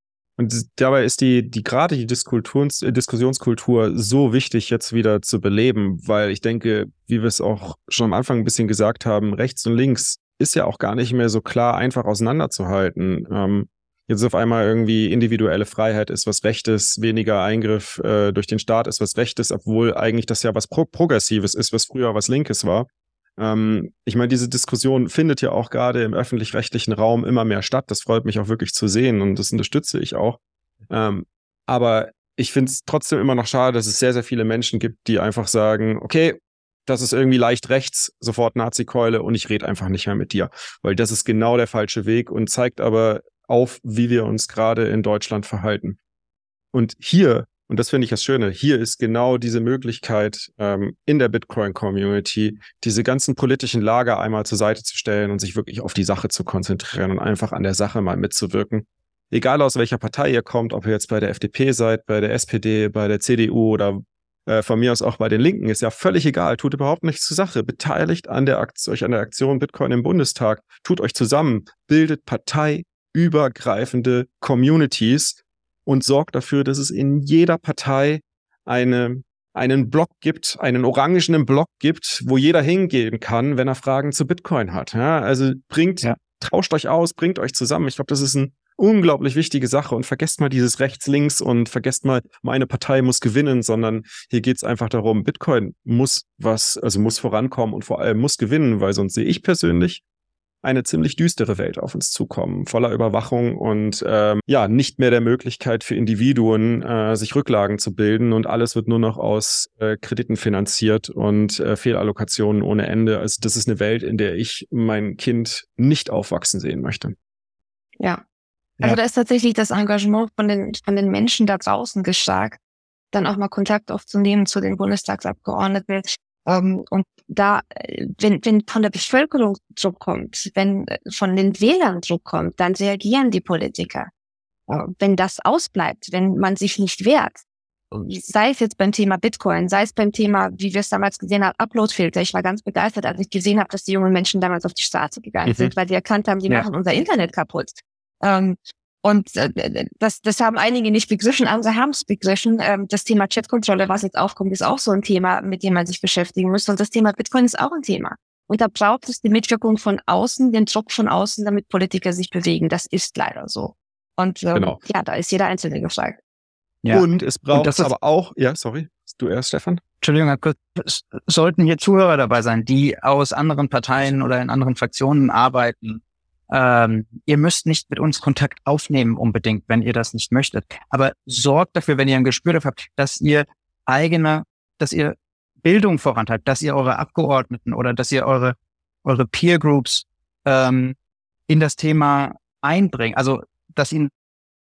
Und dabei ist die, die gerade die Diskulturns- äh, Diskussionskultur so wichtig, jetzt wieder zu beleben, weil ich denke, wie wir es auch schon am Anfang ein bisschen gesagt haben, rechts und links ist ja auch gar nicht mehr so klar einfach auseinanderzuhalten. Ähm, jetzt auf einmal irgendwie individuelle Freiheit ist was Rechtes, weniger Eingriff äh, durch den Staat ist was Rechtes, obwohl eigentlich das ja was Pro- Progressives ist, was früher was Linkes war. Ähm, ich meine, diese Diskussion findet ja auch gerade im öffentlich-rechtlichen Raum immer mehr statt. Das freut mich auch wirklich zu sehen und das unterstütze ich auch. Ähm, aber ich finde es trotzdem immer noch schade, dass es sehr, sehr viele Menschen gibt, die einfach sagen, okay, das ist irgendwie leicht rechts, sofort Nazi-Keule und ich rede einfach nicht mehr mit dir. Weil das ist genau der falsche Weg und zeigt aber auf, wie wir uns gerade in Deutschland verhalten. Und hier, und das finde ich das Schöne, hier ist genau diese Möglichkeit, ähm, in der Bitcoin-Community diese ganzen politischen Lager einmal zur Seite zu stellen und sich wirklich auf die Sache zu konzentrieren und einfach an der Sache mal mitzuwirken. Egal aus welcher Partei ihr kommt, ob ihr jetzt bei der F D P seid, bei der S P D, bei der C D U oder äh, von mir aus auch bei den Linken, ist ja völlig egal, tut überhaupt nichts zur Sache. Beteiligt an der Akt- euch an der Aktion Bitcoin im Bundestag, tut euch zusammen, bildet parteiübergreifende Communities und sorgt dafür, dass es in jeder Partei eine, einen Block gibt, einen orangenen Block gibt, wo jeder hingehen kann, wenn er Fragen zu Bitcoin hat. Ja, also bringt, Ja. tauscht euch aus, bringt euch zusammen. Ich glaube, das ist eine unglaublich wichtige Sache und vergesst mal dieses Rechts-Links und vergesst mal, meine Partei muss gewinnen, sondern hier geht es einfach darum, Bitcoin muss was, also muss vorankommen und vor allem muss gewinnen, weil sonst sehe ich persönlich eine ziemlich düstere Welt auf uns zukommen, voller Überwachung und ähm, ja, nicht mehr der Möglichkeit für Individuen, äh, sich Rücklagen zu bilden und alles wird nur noch aus äh, Krediten finanziert und äh, Fehlallokationen ohne Ende. Also das ist eine Welt, in der ich mein Kind nicht aufwachsen sehen möchte. Ja. Also Ja. da ist tatsächlich das Engagement von den, von den Menschen da draußen gestarkt, dann auch mal Kontakt aufzunehmen zu den Bundestagsabgeordneten. Ähm, und da, äh, wenn, wenn von der Bevölkerung Druck kommt, wenn äh, von den Wählern Druck kommt, dann reagieren die Politiker. Äh, wenn das ausbleibt, wenn man sich nicht wehrt, sei es jetzt beim Thema Bitcoin, sei es beim Thema, wie wir es damals gesehen haben, Uploadfilter. Ich war ganz begeistert, als ich gesehen habe, dass die jungen Menschen damals auf die Straße gegangen Mhm. sind, weil die erkannt haben, die Ja. machen unser Internet kaputt. Ähm, und äh, das, das haben einige nicht begriffen, andere haben es begriffen. Ähm, das Thema Chatkontrolle, was jetzt aufkommt, ist auch so ein Thema, mit dem man sich beschäftigen muss. Und das Thema Bitcoin ist auch ein Thema. Und da braucht es die Mitwirkung von außen, den Druck von außen, damit Politiker sich bewegen. Das ist leider so. Und ähm, Genau. ja, da ist jeder Einzelne gefragt. Ja. Und es braucht das ist- aber auch, ja, sorry, du erst, Stefan? Entschuldigung, ganz kurz. Es sollten hier Zuhörer dabei sein, die aus anderen Parteien oder in anderen Fraktionen arbeiten. Ähm, ihr müsst nicht mit uns Kontakt aufnehmen unbedingt, wenn ihr das nicht möchtet. Aber sorgt dafür, wenn ihr ein Gespür dafür habt, dass ihr eigene, dass ihr Bildung vorantreibt, dass ihr eure Abgeordneten oder dass ihr eure eure Peer Groups ähm, in das Thema einbringt. Also, dass ihnen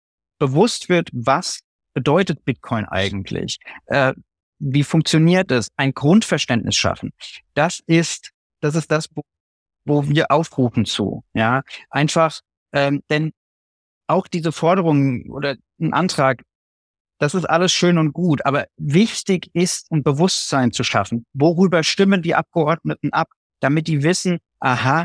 bewusst wird, was bedeutet Bitcoin eigentlich? Äh, wie funktioniert es? Ein Grundverständnis schaffen. Das ist, das ist das, wo, wo wir aufrufen zu. Ja, einfach, ähm, denn auch diese Forderungen oder ein Antrag, das ist alles schön und gut, aber wichtig ist, ein Bewusstsein zu schaffen. Worüber stimmen die Abgeordneten ab, damit die wissen, aha,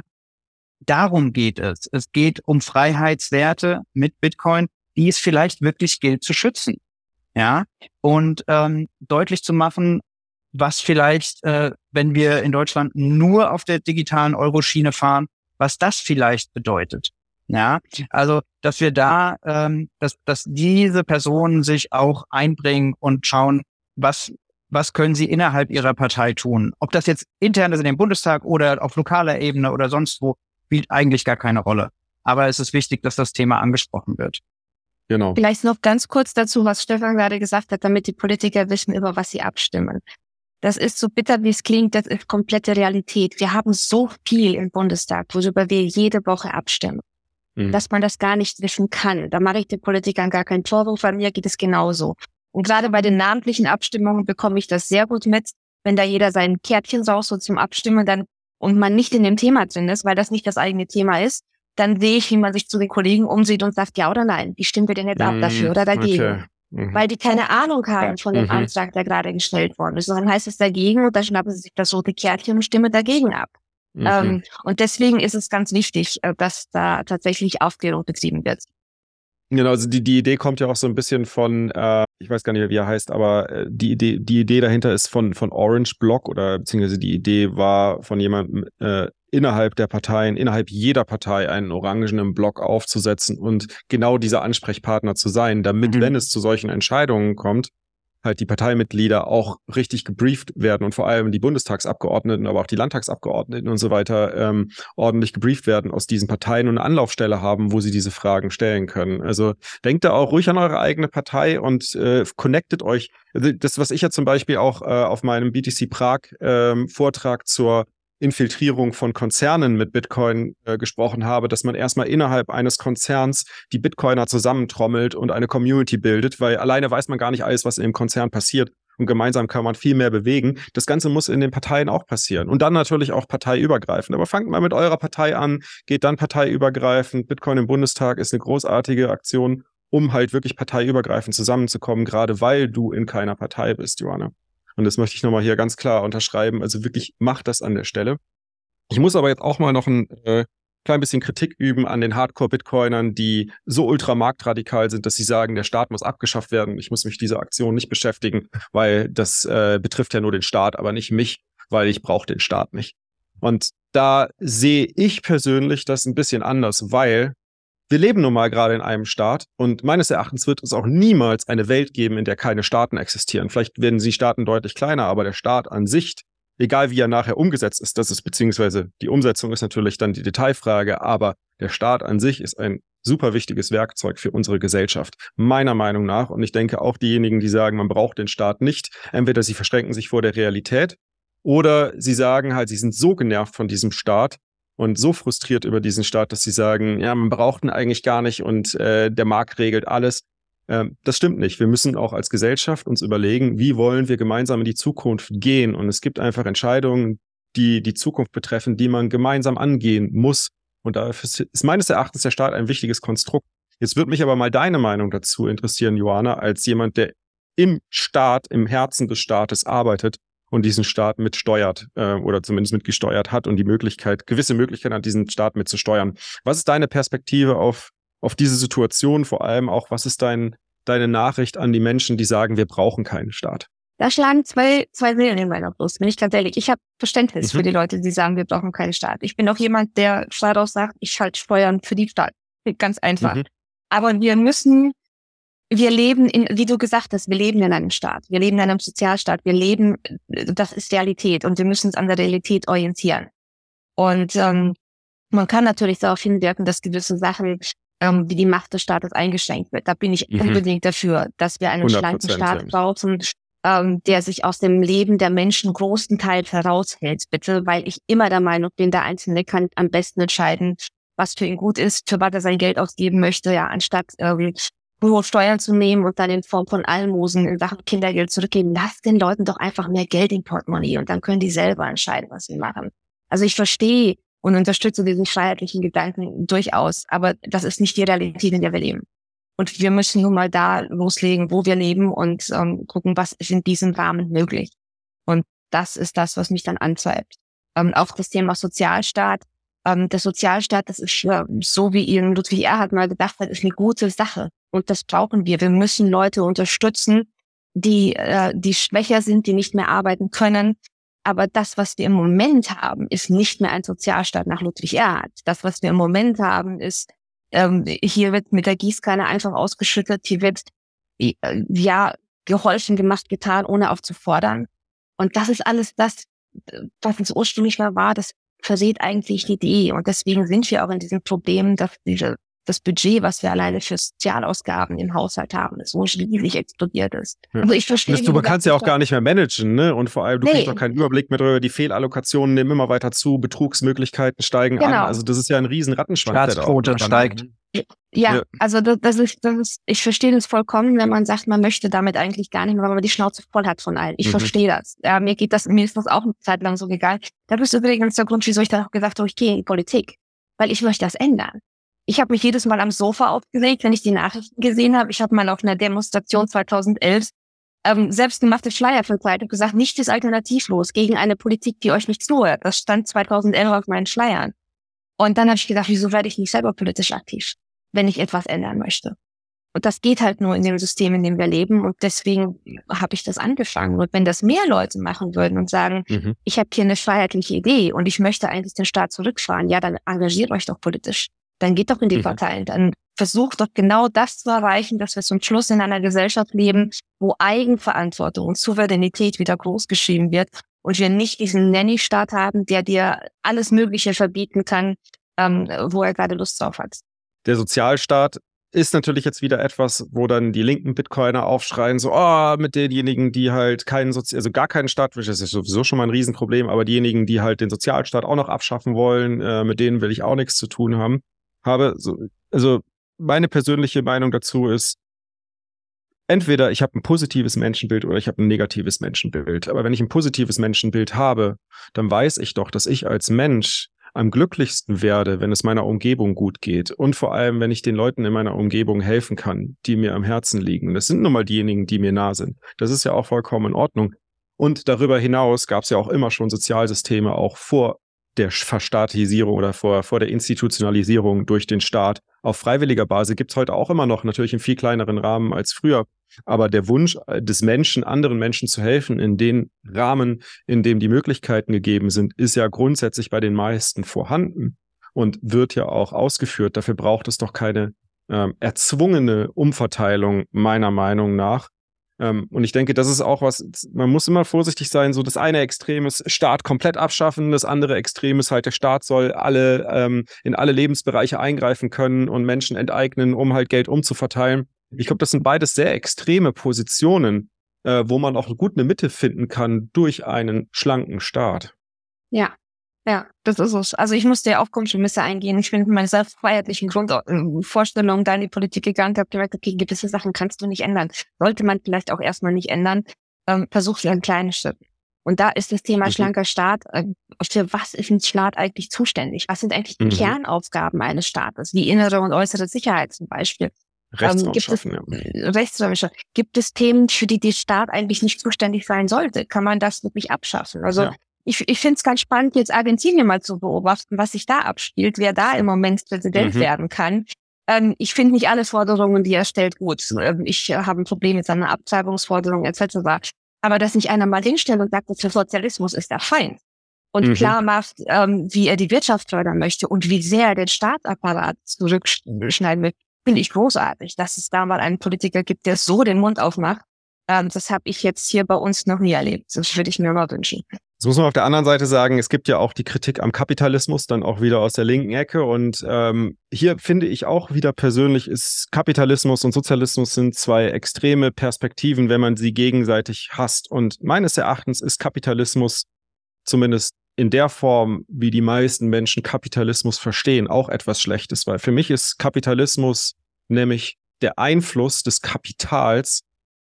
darum geht es. Es geht um Freiheitswerte mit Bitcoin, die es vielleicht wirklich gilt zu schützen. Ja, und ähm, deutlich zu machen, was vielleicht, äh, wenn wir in Deutschland nur auf der digitalen Euro-Schiene fahren, was das vielleicht bedeutet. Ja, also dass wir da, ähm, dass, dass diese Personen sich auch einbringen und schauen, was was können sie innerhalb ihrer Partei tun. Ob das jetzt intern ist in dem Bundestag oder auf lokaler Ebene oder sonst wo, spielt eigentlich gar keine Rolle. Aber es ist wichtig, dass das Thema angesprochen wird. Genau. Vielleicht noch ganz kurz dazu, was Stefan gerade gesagt hat, damit die Politiker wissen, über was sie abstimmen. Das ist so bitter, wie es klingt, das ist komplette Realität. Wir haben so viel im Bundestag, worüber wir jede Woche abstimmen, Mhm. dass man das gar nicht wissen kann. Da mache ich den Politikern gar keinen Vorwurf, bei mir geht es genauso. Und gerade bei den namentlichen Abstimmungen bekomme ich das sehr gut mit, wenn da jeder sein Kärtchen raus so zum Abstimmen dann und man nicht in dem Thema drin ist, weil das nicht das eigene Thema ist, dann sehe ich, wie man sich zu den Kollegen umsieht und sagt, ja oder nein, wie stimmen wir denn jetzt ab, Mhm. dafür oder dagegen? Okay. Mhm. Weil die keine Ahnung haben von dem Mhm. Antrag, der gerade gestellt worden ist. Und dann heißt es dagegen und dann schnappen sie sich das rote Kärtchen und stimmen dagegen ab. Mhm. Ähm, und deswegen ist es ganz wichtig, äh, dass da tatsächlich Aufklärung betrieben wird. Genau, also die, die Idee kommt ja auch so ein bisschen von, äh, ich weiß gar nicht mehr, wie er heißt, aber äh, die Idee, die Idee dahinter ist von, von Orange Block oder beziehungsweise die Idee war von jemandem äh, innerhalb der Parteien, innerhalb jeder Partei einen orangenen Block aufzusetzen und genau dieser Ansprechpartner zu sein, damit, Mhm. wenn es zu solchen Entscheidungen kommt, halt die Parteimitglieder auch richtig gebrieft werden und vor allem die Bundestagsabgeordneten, aber auch die Landtagsabgeordneten und so weiter ähm, ordentlich gebrieft werden aus diesen Parteien und eine Anlaufstelle haben, wo sie diese Fragen stellen können. Also denkt da auch ruhig an eure eigene Partei und äh, connectet euch. Also das, was ich ja zum Beispiel auch äh, auf meinem B T C Prag ähm, Vortrag zur Infiltrierung von Konzernen mit Bitcoin äh, gesprochen habe, dass man erstmal innerhalb eines Konzerns die Bitcoiner zusammentrommelt und eine Community bildet, weil alleine weiß man gar nicht alles, was in dem Konzern passiert und gemeinsam kann man viel mehr bewegen. Das Ganze muss in den Parteien auch passieren und dann natürlich auch parteiübergreifend. Aber fangt mal mit eurer Partei an, geht dann parteiübergreifend. Bitcoin im Bundestag ist eine großartige Aktion, um halt wirklich parteiübergreifend zusammenzukommen, gerade weil du in keiner Partei bist, Johanna. Und das möchte ich nochmal hier ganz klar unterschreiben. Also wirklich macht das an der Stelle. Ich muss aber jetzt auch mal noch ein äh, klein bisschen Kritik üben an den Hardcore-Bitcoinern, die so ultramarktradikal sind, dass sie sagen, der Staat muss abgeschafft werden. Ich muss mich dieser Aktion nicht beschäftigen, weil das äh, betrifft ja nur den Staat, aber nicht mich, weil ich brauche den Staat nicht. Und da sehe ich persönlich das ein bisschen anders, weil wir leben nun mal gerade in einem Staat und meines Erachtens wird es auch niemals eine Welt geben, in der keine Staaten existieren. Vielleicht werden die Staaten deutlich kleiner, aber der Staat an sich, egal wie er nachher umgesetzt ist, das ist beziehungsweise die Umsetzung ist natürlich dann die Detailfrage, aber der Staat an sich ist ein super wichtiges Werkzeug für unsere Gesellschaft, meiner Meinung nach. Und ich denke auch diejenigen, die sagen, man braucht den Staat nicht, entweder sie verschränken sich vor der Realität oder sie sagen halt, sie sind so genervt von diesem Staat, und so frustriert über diesen Staat, dass sie sagen, ja, man braucht ihn eigentlich gar nicht und äh, der Markt regelt alles. Ähm, das stimmt nicht. Wir müssen auch als Gesellschaft uns überlegen, wie wollen wir gemeinsam in die Zukunft gehen. Und es gibt einfach Entscheidungen, die die Zukunft betreffen, die man gemeinsam angehen muss. Und dafür ist meines Erachtens der Staat ein wichtiges Konstrukt. Jetzt würde mich aber mal deine Meinung dazu interessieren, Johanna, als jemand, der im Staat, im Herzen des Staates arbeitet und diesen Staat mitsteuert äh, oder zumindest mitgesteuert hat und die Möglichkeit, gewisse Möglichkeiten hat, diesen Staat mitzusteuern. Was ist deine Perspektive auf, auf diese Situation? Vor allem auch, was ist dein, deine Nachricht an die Menschen, die sagen, wir brauchen keinen Staat? Da schlagen zwei, zwei Seelen in meiner Brust, bin ich ganz ehrlich. Ich habe Verständnis Mhm. für die Leute, die sagen, wir brauchen keinen Staat. Ich bin auch jemand, der daraus sagt, ich schalte Steuern für die Staat. Ganz einfach. Mhm. Aber wir müssen, wir leben in, wie du gesagt hast, wir leben in einem Staat. Wir leben in einem Sozialstaat. Wir leben, das ist Realität und wir müssen uns an der Realität orientieren. Und ähm, man kann natürlich darauf hinwirken, dass gewisse Sachen ähm, wie die Macht des Staates eingeschränkt wird. Da bin ich Mhm. unbedingt dafür, dass wir einen hundert schlanken Prozent, Staat ja. brauchen, ähm, der sich aus dem Leben der Menschen größtenteils heraushält, bitte, weil ich immer der Meinung bin, der Einzelne kann am besten entscheiden, was für ihn gut ist, für was er sein Geld ausgeben möchte, ja, anstatt ähm, hohe Steuern zu nehmen und dann in Form von Almosen in Sachen Kindergeld zurückgeben. Lass den Leuten doch einfach mehr Geld im Portemonnaie und dann können die selber entscheiden, was sie machen. Also ich verstehe und unterstütze diesen freiheitlichen Gedanken durchaus, aber das ist nicht die Realität, in der wir leben. Und wir müssen nun mal da loslegen, wo wir leben und ähm, gucken, was ist in diesem Rahmen möglich. Und das ist das, was mich dann antreibt. Ähm, auch das Thema Sozialstaat. Ähm, der Sozialstaat, das ist ja, so wie ihn Ludwig Erhard mal gedacht hat, ist eine gute Sache. Und das brauchen wir. Wir müssen Leute unterstützen, die, äh, die schwächer sind, die nicht mehr arbeiten können. Aber das, was wir im Moment haben, ist nicht mehr ein Sozialstaat nach Ludwig Erhard. Das, was wir im Moment haben, ist, ähm, hier wird mit der Gießkanne einfach ausgeschüttet, hier wird, äh, ja, geholfen, gemacht, getan, ohne aufzufordern. Und das ist alles das, was es ursprünglich mal war, das verseht eigentlich die Idee. Und deswegen sind wir auch in diesem Problem, dass diese, das Budget, was wir alleine für Sozialausgaben im Haushalt haben, so riesig explodiert ist. Ja. Also ich verstehe. Du kannst ja auch gar nicht mehr managen, ne? Und vor allem, du Nee. kriegst doch keinen Überblick mehr drüber. Die Fehlallokationen nehmen immer weiter zu, Betrugsmöglichkeiten steigen Genau. an. Also das ist ja ein riesen Rattenschwanz. der da Staatsquote auch dran steigt. ist. Ja, Ja. also das, das, ist, das ist, ich verstehe das vollkommen, wenn man sagt, man möchte damit eigentlich gar nicht mehr, weil man die Schnauze voll hat von allen. Ich Mhm. verstehe das. Ja, mir geht das, mir ist das auch eine Zeit lang so gegangen. Das ist übrigens der Grund, wieso ich dann auch gesagt habe, ich gehe in die Politik. Weil ich möchte das ändern. Ich habe mich jedes Mal am Sofa aufgeregt, wenn ich die Nachrichten gesehen habe. Ich habe mal auf einer Demonstration zweitausendelf ähm, selbstgemachte Flyer verbreitet und gesagt, nicht ist alternativlos gegen eine Politik, die euch nicht zuhört. Das stand zweitausendelf auf meinen Flyern. Und dann habe ich gedacht, wieso werde ich nicht selber politisch aktiv, wenn ich etwas ändern möchte? Und das geht halt nur in dem System, in dem wir leben. Und deswegen habe ich das angefangen. Und wenn das mehr Leute machen würden und sagen, Mhm. ich habe hier eine freiheitliche Idee und ich möchte eigentlich den Staat zurückfahren, ja, dann engagiert euch doch politisch. Dann geht doch in die Mhm. Parteien. Dann versucht doch genau das zu erreichen, dass wir zum Schluss in einer Gesellschaft leben, wo Eigenverantwortung und Souveränität wieder großgeschrieben wird und wir nicht diesen Nanny-Staat haben, der dir alles Mögliche verbieten kann, ähm, wo er gerade Lust drauf hat. Der Sozialstaat ist natürlich jetzt wieder etwas, wo dann die linken Bitcoiner aufschreien, so, oh, mit denjenigen, die halt keinen Sozi- also gar keinen Staat, das ist sowieso schon mal ein Riesenproblem, aber diejenigen, die halt den Sozialstaat auch noch abschaffen wollen, äh, mit denen will ich auch nichts zu tun haben, habe. So, also meine persönliche Meinung dazu ist, entweder ich habe ein positives Menschenbild oder ich habe ein negatives Menschenbild. Aber wenn ich ein positives Menschenbild habe, dann weiß ich doch, dass ich als Mensch am glücklichsten werde, wenn es meiner Umgebung gut geht. Und vor allem, wenn ich den Leuten in meiner Umgebung helfen kann, die mir am Herzen liegen. Das sind nun mal diejenigen, die mir nah sind. Das ist ja auch vollkommen in Ordnung. Und darüber hinaus gab es ja auch immer schon Sozialsysteme, auch vor der Verstaatlichung oder vor, vor der Institutionalisierung durch den Staat. Auf freiwilliger Basis gibt es heute auch immer noch, natürlich in viel kleineren Rahmen als früher. Aber der Wunsch des Menschen, anderen Menschen zu helfen, in den Rahmen, in dem die Möglichkeiten gegeben sind, ist ja grundsätzlich bei den meisten vorhanden und wird ja auch ausgeführt. Dafür braucht es doch keine ähm, erzwungene Umverteilung, meiner Meinung nach. Ähm, und ich denke, das ist auch was, man muss immer vorsichtig sein, so das eine Extrem ist Staat komplett abschaffen, das andere Extrem ist halt, der Staat soll alle ähm, in alle Lebensbereiche eingreifen können und Menschen enteignen, um halt Geld umzuverteilen. Ich glaube, das sind beides sehr extreme Positionen, äh, wo man auch gut eine Mitte finden kann durch einen schlanken Staat. Ja, ja, das ist es. Also ich musste ja auf Kompromisse eingehen. Ich bin mit meiner selbstfreiheitlichen Grundvorstellung da in die Politik gegangen und habe gemerkt, okay, gewisse Sachen kannst du nicht ändern. Sollte man vielleicht auch erstmal nicht ändern. Ähm, Versuch es in kleinen Schritten. Und da ist das Thema Mhm. schlanker Staat. Äh, für was ist ein Staat eigentlich zuständig? Was sind eigentlich die Mhm. Kernaufgaben eines Staates? Wie innere und äußere Sicherheit zum Beispiel. Rechtsraum ähm, gibt schaffen, es, ja. Rechtsraum schaffen. Gibt es Themen, für die der Staat eigentlich nicht zuständig sein sollte? Kann man das wirklich abschaffen? Also Ja. ich, ich finde es ganz spannend, jetzt Argentinien mal zu beobachten, was sich da abspielt, wer da im Moment Präsident Mhm. werden kann. Ähm, ich finde nicht alle Forderungen, die er stellt, gut. Ähm, ich äh, habe ein Problem mit seiner Abtreibungsforderung et cetera. Aber dass sich einer mal hinstellt und sagt, der Sozialismus ist der Feind und Mhm. klar macht, ähm, wie er die Wirtschaft fördern möchte und wie sehr er den Staatsapparat zurückschneiden will, finde ich großartig, dass es da mal einen Politiker gibt, der so den Mund aufmacht. Ähm, das habe ich jetzt hier bei uns noch nie erlebt. Das würde ich mir mal wünschen. Das muss man auf der anderen Seite sagen, es gibt ja auch die Kritik am Kapitalismus, dann auch wieder aus der linken Ecke. Und ähm, hier finde ich auch wieder persönlich, ist Kapitalismus und Sozialismus sind zwei extreme Perspektiven, wenn man sie gegenseitig hasst. Und meines Erachtens ist Kapitalismus zumindest in der Form, wie die meisten Menschen Kapitalismus verstehen, auch etwas Schlechtes. Weil für mich ist Kapitalismus nämlich der Einfluss des Kapitals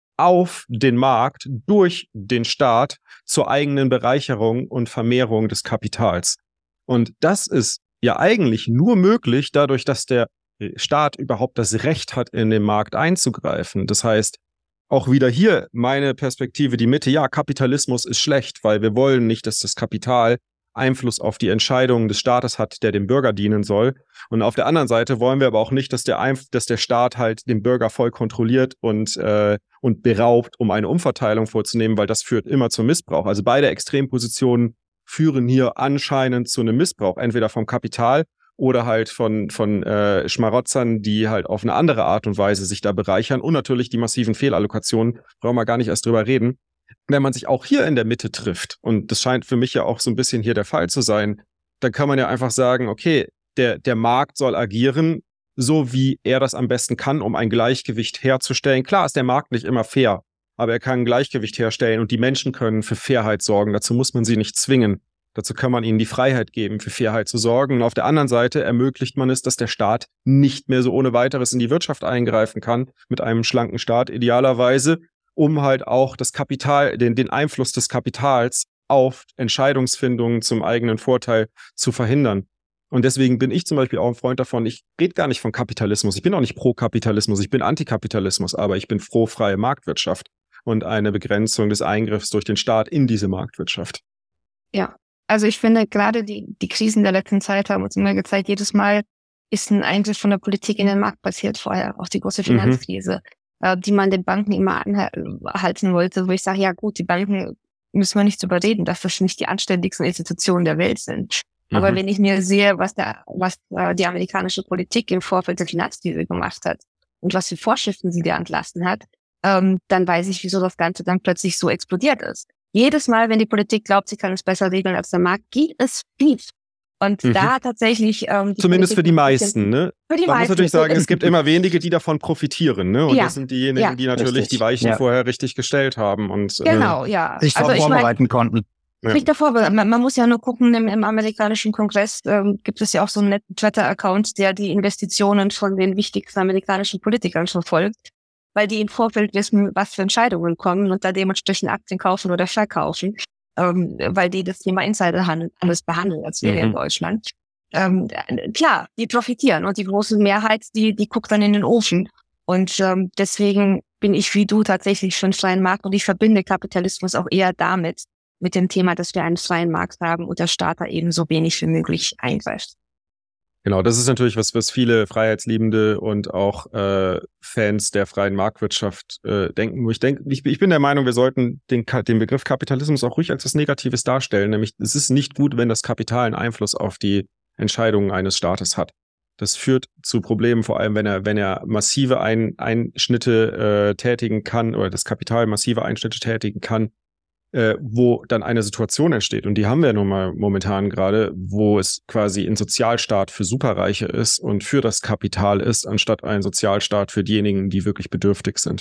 auf den Markt durch den Staat zur eigenen Bereicherung und Vermehrung des Kapitals. Und das ist ja eigentlich nur möglich dadurch, dass der Staat überhaupt das Recht hat, in den Markt einzugreifen. Das heißt, auch wieder hier meine Perspektive, die Mitte, ja, Kapitalismus ist schlecht, weil wir wollen nicht, dass das Kapital Einfluss auf die Entscheidungen des Staates hat, der dem Bürger dienen soll. Und auf der anderen Seite wollen wir aber auch nicht, dass der, Einf- dass der Staat halt den Bürger voll kontrolliert und, äh, und beraubt, um eine Umverteilung vorzunehmen, weil das führt immer zum Missbrauch. Also beide Extrempositionen führen hier anscheinend zu einem Missbrauch, entweder vom Kapital oder halt von, von äh, Schmarotzern, die halt auf eine andere Art und Weise sich da bereichern und natürlich die massiven Fehlallokationen, brauchen wir gar nicht erst drüber reden. Wenn man sich auch hier in der Mitte trifft, und das scheint für mich ja auch so ein bisschen hier der Fall zu sein, dann kann man ja einfach sagen, okay, der, der Markt soll agieren, so wie er das am besten kann, um ein Gleichgewicht herzustellen. Klar ist der Markt nicht immer fair, aber er kann ein Gleichgewicht herstellen und die Menschen können für Fairheit sorgen. Dazu muss man sie nicht zwingen. Dazu kann man ihnen die Freiheit geben, für Fairheit zu sorgen. Und auf der anderen Seite ermöglicht man es, dass der Staat nicht mehr so ohne weiteres in die Wirtschaft eingreifen kann, mit einem schlanken Staat idealerweise, um halt auch das Kapital, den, den Einfluss des Kapitals auf Entscheidungsfindungen zum eigenen Vorteil zu verhindern. Und deswegen bin ich zum Beispiel auch ein Freund davon, ich rede gar nicht von Kapitalismus, ich bin auch nicht pro Kapitalismus, ich bin Antikapitalismus, aber ich bin froh freie Marktwirtschaft und eine Begrenzung des Eingriffs durch den Staat in diese Marktwirtschaft. Ja, also ich finde, gerade die, die Krisen der letzten Zeit haben uns immer gezeigt, jedes Mal ist ein Eingriff von der Politik in den Markt passiert vorher, auch die große Finanzkrise, mhm. äh, die man den Banken immer anhalten wollte, wo ich sage, ja gut, die Banken müssen wir nicht überreden, dass das nicht die anständigsten Institutionen der Welt sind. Mhm. Aber wenn ich mir sehe, was der, was äh, die amerikanische Politik im Vorfeld der Finanzkrise gemacht hat und was für Vorschriften sie da entlassen hat, ähm, dann weiß ich, wieso das Ganze dann plötzlich so explodiert ist. Jedes Mal, wenn die Politik glaubt, sie kann es besser regeln als der Markt, geht es schief. Und mhm. da tatsächlich... Ähm, Zumindest Politik für die meisten, ne? Für die Man meisten. muss natürlich sagen, es gibt immer wenige, die davon profitieren, ne? Und ja. das sind diejenigen, ja, die natürlich richtig. die Weichen ja. vorher richtig gestellt haben. Und, genau, äh, ja. Sich also vorbereiten ich mein, konnten. Sich ja. davor, man, man muss ja nur gucken, im, im amerikanischen Kongress ähm, gibt es ja auch so einen netten Twitter-Account, der die Investitionen von den wichtigsten amerikanischen Politikern verfolgt, weil die im Vorfeld wissen, was für Entscheidungen kommen und da dementsprechend Aktien kaufen oder verkaufen, ähm, weil die das Thema Insiderhandel alles behandeln, als wir mhm. in Deutschland. Ähm, klar, die profitieren und die große Mehrheit, die die guckt dann in den Ofen. Und ähm, deswegen bin ich wie du tatsächlich für einen freien Markt und ich verbinde Kapitalismus auch eher damit, mit dem Thema, dass wir einen freien Markt haben und der Staat da eben so wenig wie möglich eingreift. Genau, das ist natürlich was, was viele Freiheitsliebende und auch äh, Fans der freien Marktwirtschaft äh, denken. Wo ich denke, ich, ich bin der Meinung, wir sollten den, den Begriff Kapitalismus auch ruhig als was Negatives darstellen. Nämlich, es ist nicht gut, wenn das Kapital einen Einfluss auf die Entscheidungen eines Staates hat. Das führt zu Problemen, vor allem wenn er, wenn er massive Ein, Einschnitte äh, tätigen kann oder das Kapital massive Einschnitte tätigen kann, Äh, wo dann eine Situation entsteht. Und die haben wir nun mal momentan gerade, wo es quasi ein Sozialstaat für Superreiche ist und für das Kapital ist, anstatt ein Sozialstaat für diejenigen, die wirklich bedürftig sind.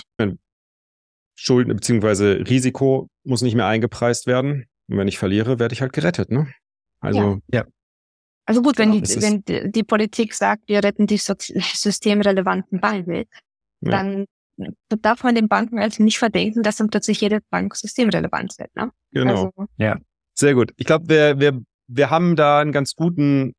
Schulden bzw. Risiko muss nicht mehr eingepreist werden. Und wenn ich verliere, werde ich halt gerettet, ne? Also, ja. ja. Also gut, wenn, ja, die, wenn die Politik sagt, wir retten die so- systemrelevanten Banken, ja. dann darf man den Banken also nicht verdenken, dass dann plötzlich jede Bank systemrelevant wird. Ne? Genau. Also, ja. Sehr gut. Ich glaube, wir, wir, wir haben da einen ganz guten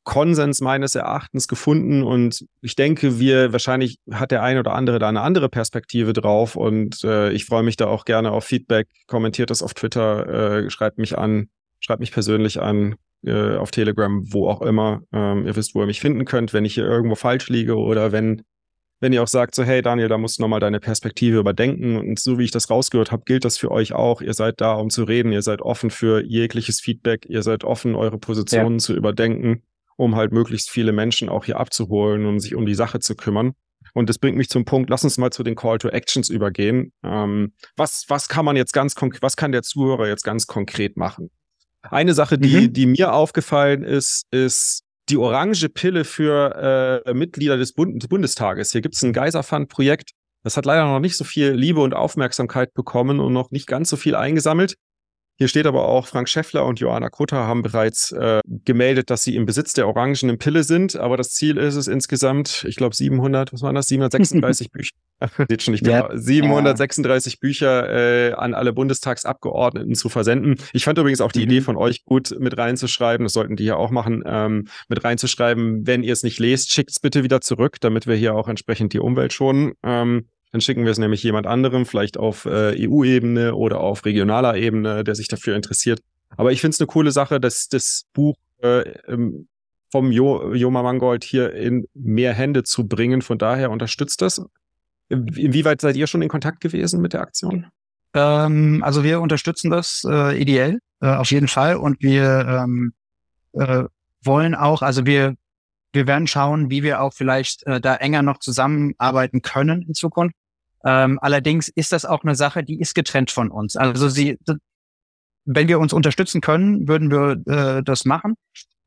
Konsens meines Erachtens gefunden und ich denke, wir wahrscheinlich hat der ein oder andere da eine andere Perspektive drauf und äh, ich freue mich da auch gerne auf Feedback, kommentiert das auf Twitter, äh, schreibt mich an, schreibt mich persönlich an, äh, auf Telegram, wo auch immer. Ähm, ihr wisst, wo ihr mich finden könnt, wenn ich hier irgendwo falsch liege oder wenn wenn ihr auch sagt, so hey Daniel, da musst du nochmal deine Perspektive überdenken und so wie ich das rausgehört habe, gilt das für euch auch. Ihr seid da, um zu reden, ihr seid offen für jegliches Feedback, ihr seid offen, eure Positionen ja. zu überdenken, um halt möglichst viele Menschen auch hier abzuholen und sich um die Sache zu kümmern. Und das bringt mich zum Punkt, lass uns mal zu den Call to Actions übergehen. Ähm, was, was kann man jetzt ganz konkret, was kann der Zuhörer jetzt ganz konkret machen? Eine Sache, die, mhm. die mir aufgefallen ist, ist die orange Pille für äh, Mitglieder des Bund- Bundestages. Hier gibt es ein Geiser-Fund-Projekt. Das hat leider noch nicht so viel Liebe und Aufmerksamkeit bekommen und noch nicht ganz so viel eingesammelt. Hier steht aber auch, Frank Schäffler und Joanna Kutter haben bereits äh, gemeldet, dass sie im Besitz der orangenen Pille sind. Aber das Ziel ist es insgesamt, ich glaube siebenhundert, was waren das? siebenhundertsechsunddreißig Bücher. Seht schon, ich bin ja. siebenhundertsechsunddreißig Bücher äh, an alle Bundestagsabgeordneten zu versenden. Ich fand übrigens auch die mhm. Idee von euch gut mit reinzuschreiben, das sollten die ja auch machen, ähm, mit reinzuschreiben, wenn ihr es nicht lest, schickt es bitte wieder zurück, damit wir hier auch entsprechend die Umwelt schonen. Ähm, Dann schicken wir es nämlich jemand anderem, vielleicht auf äh, E U-Ebene oder auf regionaler Ebene, der sich dafür interessiert. Aber ich finde es eine coole Sache, dass das Buch äh, vom jo- Joma Mangold hier in mehr Hände zu bringen. Von daher unterstützt das. Inwieweit seid ihr schon in Kontakt gewesen mit der Aktion? Ähm, also wir unterstützen das äh, ideell, äh, auf jeden Fall. Und wir ähm, äh, wollen auch, also wir wir werden schauen, wie wir auch vielleicht äh, da enger noch zusammenarbeiten können in Zukunft. Ähm, allerdings ist das auch eine Sache, die ist getrennt von uns. Also sie, wenn wir uns unterstützen können, würden wir äh, das machen.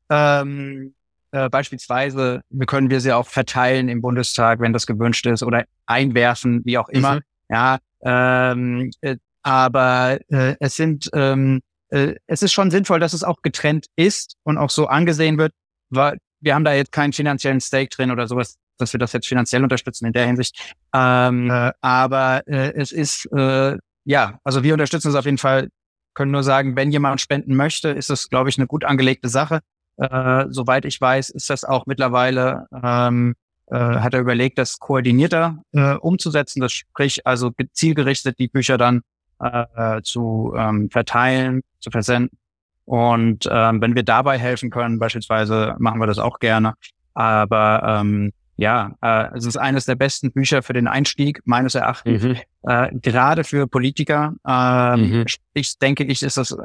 Ähm, äh, beispielsweise können wir sie auch verteilen im Bundestag, wenn das gewünscht ist, oder einwerfen, wie auch immer. Mhm. Ja, ähm, äh, aber äh, es sind, ähm, äh, es ist schon sinnvoll, dass es auch getrennt ist und auch so angesehen wird, weil wir haben da jetzt keinen finanziellen Stake drin oder sowas, dass wir das jetzt finanziell unterstützen in der Hinsicht. Ähm, äh, aber äh, es ist, äh, ja, also wir unterstützen es auf jeden Fall, können nur sagen, wenn jemand spenden möchte, ist das, glaube ich, eine gut angelegte Sache. Äh, soweit ich weiß, ist das auch mittlerweile, ähm, äh, hat er überlegt, das koordinierter äh, umzusetzen, das sprich also zielgerichtet die Bücher dann äh, zu ähm, verteilen, zu versenden. Und ähm, wenn wir dabei helfen können, beispielsweise, machen wir das auch gerne. Aber ähm, ja, äh, es ist eines der besten Bücher für den Einstieg, meines Erachtens, mhm. äh, gerade für Politiker. Ähm, mhm. Ich denke, ich ist das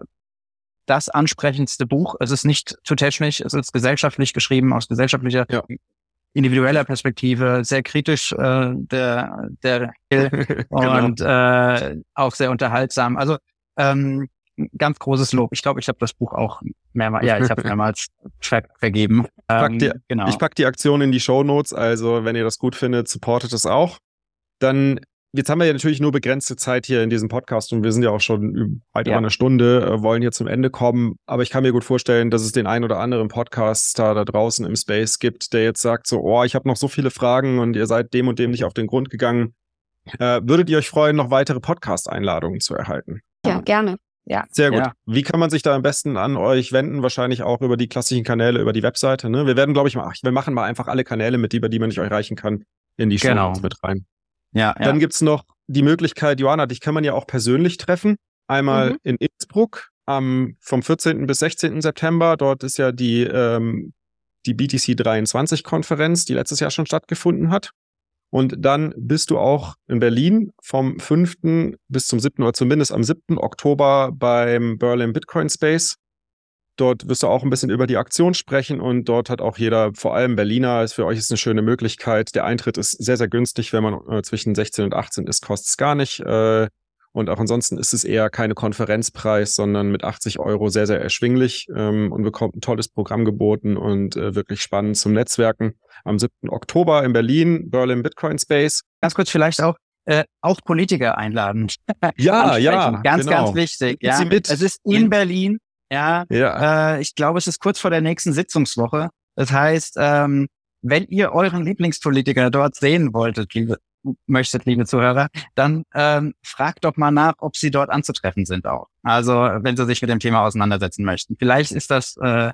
das ansprechendste Buch. Es ist nicht zu technisch, es ist gesellschaftlich geschrieben, aus gesellschaftlicher, ja. individueller Perspektive, sehr kritisch, äh, der der genau. und äh, auch sehr unterhaltsam. Also ähm, ganz großes Lob. Ich glaube, ich habe das Buch auch mehrmals, ja, ich habe mehrmals ver- vergeben. Ich pack, die, ähm, genau. ich pack die Aktion in die Shownotes, also wenn ihr das gut findet, supportet es auch. Dann, jetzt haben wir ja natürlich nur begrenzte Zeit hier in diesem Podcast und wir sind ja auch schon weit ja. über eine Stunde, äh, wollen hier zum Ende kommen, aber ich kann mir gut vorstellen, dass es den ein oder anderen Podcast-Star da draußen im Space gibt, der jetzt sagt so, oh, ich habe noch so viele Fragen und ihr seid dem und dem nicht auf den Grund gegangen. Äh, würdet ihr euch freuen, noch weitere Podcast-Einladungen zu erhalten? Ja, gerne. Ja. Sehr gut. Ja. Wie kann man sich da am besten an euch wenden? Wahrscheinlich auch über die klassischen Kanäle, über die Webseite. Ne? Wir werden, glaube ich, mal, wir machen mal einfach alle Kanäle, mit die, über die man nicht euch erreichen kann, in die genau. Show mit rein. Ja, Dann ja. gibt's noch die Möglichkeit, Joanna, dich kann man ja auch persönlich treffen. Einmal mhm. in Innsbruck am, vom vierzehnten bis sechzehnten September. Dort ist ja die, ähm, die B T C dreiundzwanzig-Konferenz, die letztes Jahr schon stattgefunden hat. Und dann bist du auch in Berlin vom fünften bis zum siebten oder zumindest am siebten Oktober beim Berlin Bitcoin Space. Dort wirst du auch ein bisschen über die Aktion sprechen und dort hat auch jeder, vor allem Berliner, ist für euch ist eine schöne Möglichkeit. Der Eintritt ist sehr, sehr günstig, wenn man äh, zwischen sechzehn und achtzehn ist, kostet es gar nicht. Äh, und auch ansonsten ist es eher keine Konferenzpreis, sondern mit achtzig Euro sehr, sehr erschwinglich ähm, und bekommt ein tolles Programm geboten und äh, wirklich spannend zum Netzwerken. Am siebten Oktober in Berlin, Berlin Bitcoin Space. Ganz kurz vielleicht auch, äh, auch Politiker einladen. Ja, ja, ganz, genau. ganz wichtig. Ja. Sie mit. Es ist in Berlin. Ja, ja. Äh, ich glaube, es ist kurz vor der nächsten Sitzungswoche. Das heißt, ähm, wenn ihr euren Lieblingspolitiker dort sehen wolltet, liebe, möchtet, liebe Zuhörer, dann ähm, fragt doch mal nach, ob sie dort anzutreffen sind auch. Also, wenn sie sich mit dem Thema auseinandersetzen möchten. Vielleicht ist das äh,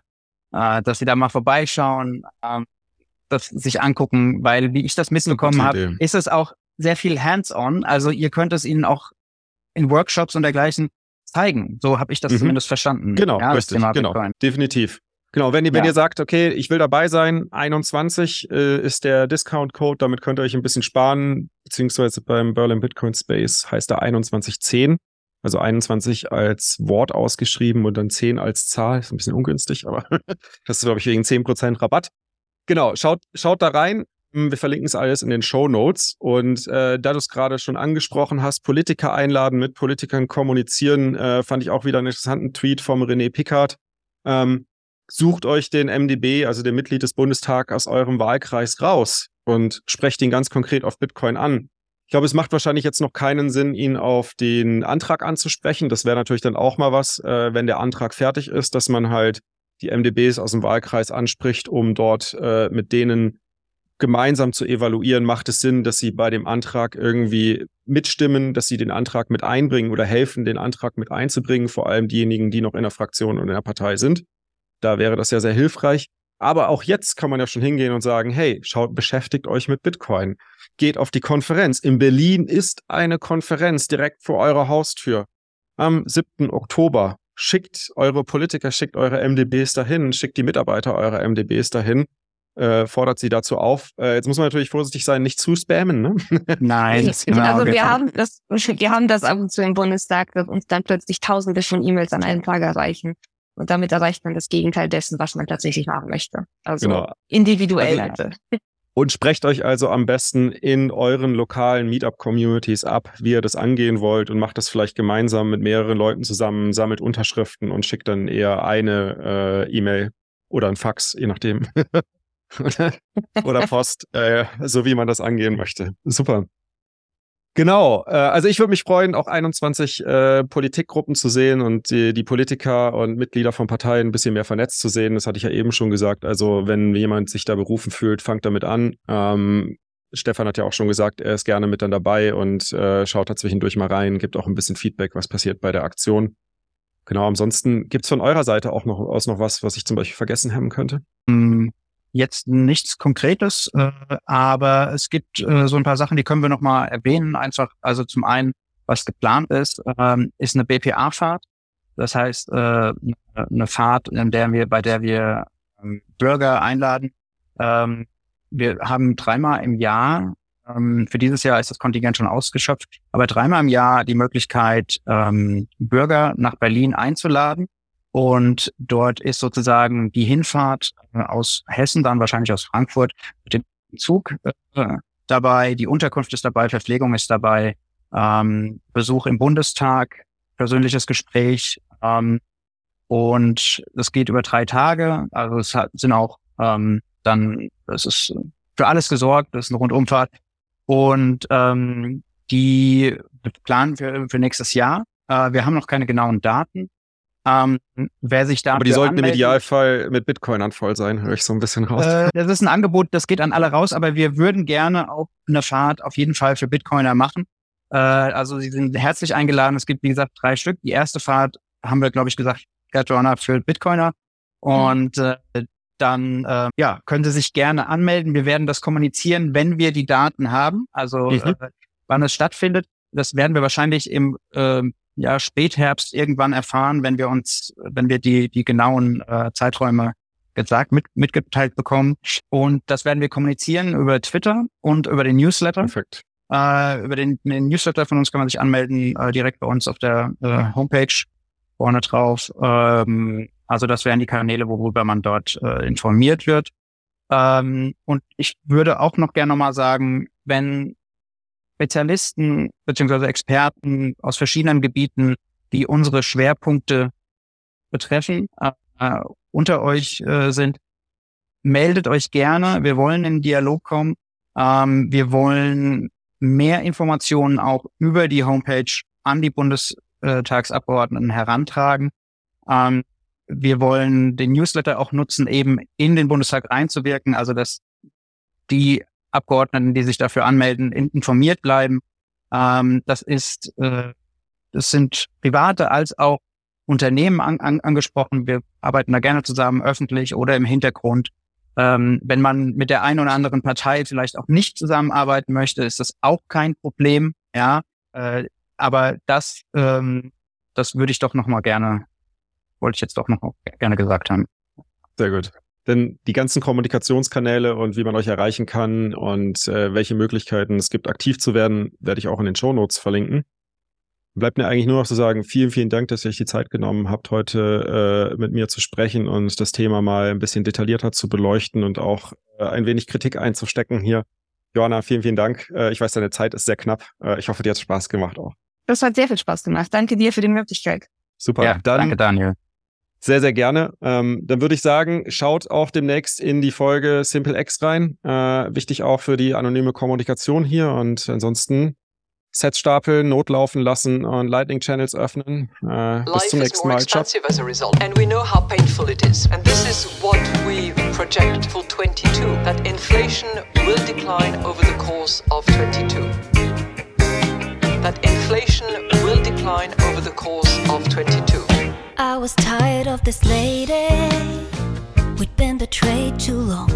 äh, dass sie da mal vorbeischauen, äh, das sich angucken, weil wie ich das mitbekommen habe, ist es auch sehr viel hands-on. Also ihr könnt es ihnen auch in Workshops und dergleichen zeigen. So habe ich das mhm. zumindest verstanden. Genau, ja, richtig, genau, Bitcoin. Definitiv. Genau, wenn ihr, wenn ja. ihr sagt, okay, ich will dabei sein, einundzwanzig äh, ist der Discount-Code, damit könnt ihr euch ein bisschen sparen, beziehungsweise beim Berlin Bitcoin Space heißt er einundzwanzig zehn, also einundzwanzig als Wort ausgeschrieben und dann zehn als Zahl, ist ein bisschen ungünstig, aber das ist, glaube ich, wegen zehn Prozent Rabatt. Genau, schaut, schaut da rein. Wir verlinken es alles in den Shownotes. Und äh, da du es gerade schon angesprochen hast, Politiker einladen, mit Politikern kommunizieren, äh, fand ich auch wieder einen interessanten Tweet vom René Pickard. Ähm, sucht euch den M D B, also den Mitglied des Bundestags, aus eurem Wahlkreis raus und sprecht ihn ganz konkret auf Bitcoin an. Ich glaube, es macht wahrscheinlich jetzt noch keinen Sinn, ihn auf den Antrag anzusprechen. Das wäre natürlich dann auch mal was, äh, wenn der Antrag fertig ist, dass man halt die M D Bs aus dem Wahlkreis anspricht, um dort äh, mit denen gemeinsam zu evaluieren, macht es Sinn, dass sie bei dem Antrag irgendwie mitstimmen, dass sie den Antrag mit einbringen oder helfen, den Antrag mit einzubringen, vor allem diejenigen, die noch in der Fraktion und in der Partei sind. Da wäre das ja sehr hilfreich. Aber auch jetzt kann man ja schon hingehen und sagen, hey, schaut, beschäftigt euch mit Bitcoin. Geht auf die Konferenz. In Berlin ist eine Konferenz direkt vor eurer Haustür. Am siebten Oktober. Schickt eure Politiker, schickt eure M D Bs dahin, schickt die Mitarbeiter eurer M D Bs dahin. Äh, fordert sie dazu auf. Äh, jetzt muss man natürlich vorsichtig sein, nicht zu spammen, ne? Nein. Das genau, also wir haben das, wir haben das ab und zu im Bundestag, dass uns dann plötzlich Tausende von E-Mails an einem Tag erreichen. Und damit erreicht man das Gegenteil dessen, was man tatsächlich machen möchte. Also genau. individuell. Also, und sprecht euch also am besten in euren lokalen Meetup-Communities ab, wie ihr das angehen wollt und macht das vielleicht gemeinsam mit mehreren Leuten zusammen, sammelt Unterschriften und schickt dann eher eine äh, E-Mail oder ein Fax, je nachdem. Oder Post, äh, so wie man das angehen möchte. Super. Genau, äh, also ich würde mich freuen, auch einundzwanzig äh, Politikgruppen zu sehen und die, die Politiker und Mitglieder von Parteien ein bisschen mehr vernetzt zu sehen. Das hatte ich ja eben schon gesagt. Also wenn jemand sich da berufen fühlt, fangt damit an. Ähm, Stefan hat ja auch schon gesagt, er ist gerne mit dann dabei und äh, schaut da zwischendurch mal rein, gibt auch ein bisschen Feedback, was passiert bei der Aktion. Genau, ansonsten gibt es von eurer Seite auch noch aus noch was, was ich zum Beispiel vergessen haben könnte? Mm. Jetzt nichts Konkretes, äh, aber es gibt äh, so ein paar Sachen, die können wir noch mal erwähnen. Einfach, also zum einen, was geplant ist, ähm, ist eine B P A-Fahrt. Das heißt, äh, eine Fahrt, in der wir, bei der wir ähm, Bürger einladen. Ähm, wir haben dreimal im Jahr, ähm, für dieses Jahr ist das Kontingent schon ausgeschöpft, aber dreimal im Jahr die Möglichkeit, ähm, Bürger nach Berlin einzuladen. Und dort ist sozusagen die Hinfahrt äh, aus Hessen, dann wahrscheinlich aus Frankfurt, mit dem Zug äh, dabei, die Unterkunft ist dabei, Verpflegung ist dabei, ähm, Besuch im Bundestag, persönliches Gespräch ähm, und das geht über drei Tage. Also es hat, sind auch ähm, dann, es ist für alles gesorgt, das ist eine Rundumfahrt und ähm, die planen wir für nächstes Jahr. Äh, wir haben noch keine genauen Daten. Ähm, wer sich da Aber die sollten anmelden, im Idealfall mit Bitcoinern voll sein, höre ich so ein bisschen raus. Äh, das ist ein Angebot, das geht an alle raus, aber wir würden gerne auch eine Fahrt auf jeden Fall für Bitcoiner machen. Äh, also sie sind herzlich eingeladen. Es gibt, wie gesagt, drei Stück. Die erste Fahrt haben wir, glaube ich, gesagt, Joanna, für Bitcoiner. Und äh, dann äh, ja, können Sie sich gerne anmelden. Wir werden das kommunizieren, wenn wir die Daten haben. Also mhm. äh, wann es stattfindet. Das werden wir wahrscheinlich im äh, ja, Spätherbst irgendwann erfahren, wenn wir uns, wenn wir die, die genauen äh, Zeiträume gesagt, mit, mitgeteilt bekommen. Und das werden wir kommunizieren über Twitter und über den Newsletter. Perfekt. Äh, über den, den Newsletter von uns kann man sich anmelden, äh, direkt bei uns auf der äh, Homepage vorne drauf. Ähm, also das wären die Kanäle, worüber man dort äh, informiert wird. Ähm, und ich würde auch noch gerne mal sagen, wenn Spezialisten bzw. Experten aus verschiedenen Gebieten, die unsere Schwerpunkte betreffen, äh, unter euch äh, sind, meldet euch gerne. Wir wollen in den Dialog kommen. Ähm, wir wollen mehr Informationen auch über die Homepage an die Bundestagsabgeordneten herantragen. Ähm, wir wollen den Newsletter auch nutzen, eben in den Bundestag einzuwirken, also dass die Abgeordneten, die sich dafür anmelden, informiert bleiben. Ähm, das ist, äh, das sind private als auch Unternehmen an, an, angesprochen. Wir arbeiten da gerne zusammen, öffentlich oder im Hintergrund. Ähm, wenn man mit der einen oder anderen Partei vielleicht auch nicht zusammenarbeiten möchte, ist das auch kein Problem. Ja, äh, aber das, ähm, das würde ich doch noch mal gerne, wollte ich jetzt doch noch gerne gesagt haben. Sehr gut. Denn die ganzen Kommunikationskanäle und wie man euch erreichen kann und äh, welche Möglichkeiten es gibt, aktiv zu werden, werde ich auch in den Shownotes verlinken. Bleibt mir eigentlich nur noch zu sagen, vielen, vielen Dank, dass ihr euch die Zeit genommen habt, heute äh, mit mir zu sprechen und das Thema mal ein bisschen detaillierter zu beleuchten und auch äh, ein wenig Kritik einzustecken hier. Johanna, vielen, vielen Dank. Äh, ich weiß, deine Zeit ist sehr knapp. Äh, ich hoffe, dir hat es Spaß gemacht auch. Das hat sehr viel Spaß gemacht. Danke dir für die Möglichkeit. Super. Ja, dann danke, Daniel. Sehr, sehr gerne. Ähm, dann würde ich sagen, schaut auch demnächst in die Folge Simple X rein. Äh, wichtig auch für die anonyme Kommunikation hier. Und ansonsten Sets stapeln, notlaufen lassen und Lightning Channels öffnen. Äh, bis zum nächsten Mal. Ciao. As a result, and we know how painful it is. And this is what we project for twenty-two, that inflation will decline over the course of twenty-two. That inflation will decline over the course of twenty-two. I was tired of this lady. We'd been betrayed too long.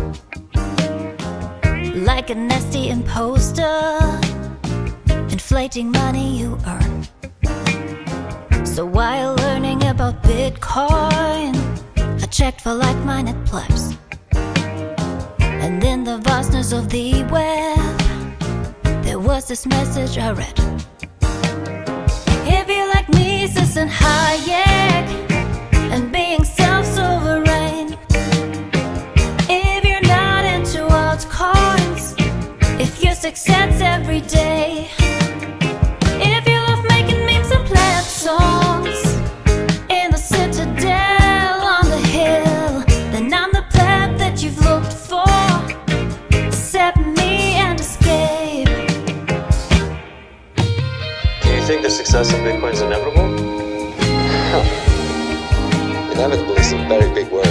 Like a nasty imposter, inflating money you earn. So while learning about Bitcoin, I checked for like-minded plebs. And in the vastness of the web, there was this message I read. If you like Mises and Hayek and being self-sovereign, if you're not into altcoins, if you success every day, if you love making memes and pleb songs in the citadel on the hill, then I'm the pleb that you've looked for. Accept me and escape. Do you think the success of Bitcoin is inevitable? Huh. Inevitable is a very big word.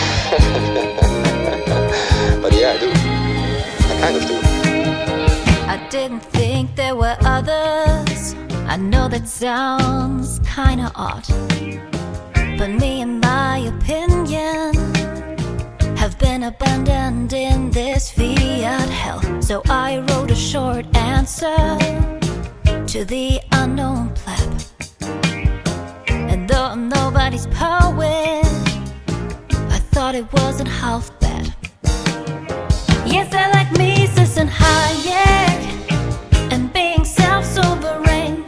But yeah, I do. I kind of do. I didn't think there were others. I know that sounds kinda odd, but me and my opinion have been abandoned in this fiat hell. So I wrote a short answer to the unknown pleb. And though I'm nobody's poet, I thought it wasn't half bad. Yes, I like Mises and Hayek and being self-sovereign.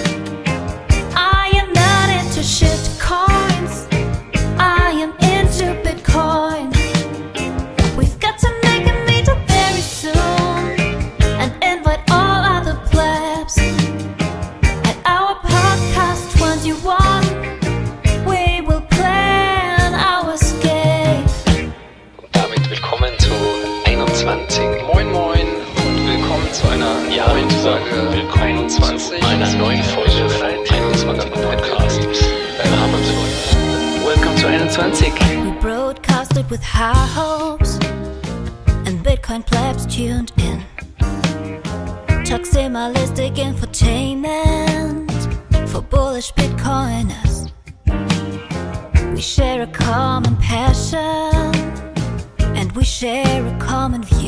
I am not into shit coins, I am into Bitcoin. We've got to make a meetup very soon and invite all other plebs. At our podcast twenty-one, we will plan our escape. Und damit willkommen zu einundzwanzig. Moin Moin und willkommen zu einer neuen Folge einundzwanzig, einer neuen Folge für einen einundzwanzig Podcast. Welcome to einundzwanzig. We broadcasted with high hopes and Bitcoin plebs tuned in. Toximalistic infotainment for bullish Bitcoiners. We share a common passion and we share a common view.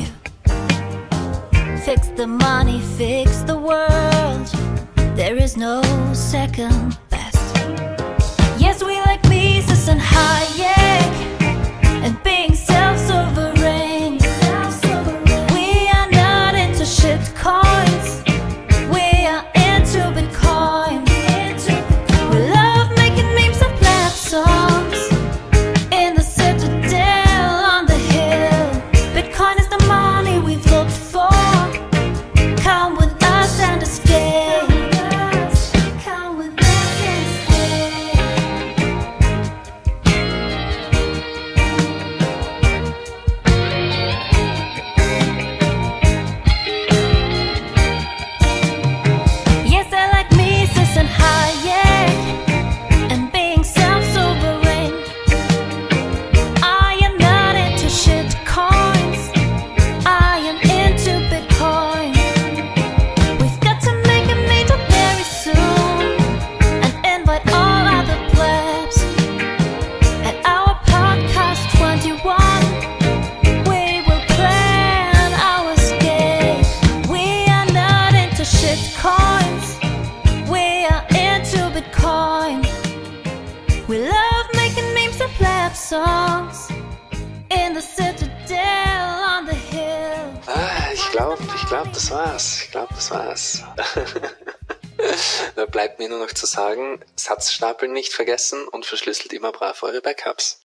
Fix the money, fix the world. There is no second best. Yes, we like Mises and Hayek and being self-sovereign. We are not into shit coins. We are into Bitcoin. We love making memes and pleb songs in the citadel on the hill. Bitcoin is the money we've looked for. Come with us and escape. Come with us and escape. glaube, ich glaube, das war's. Ich glaube, das war's. Da bleibt mir nur noch zu sagen, Satzstapel nicht vergessen und verschlüsselt immer brav eure Backups.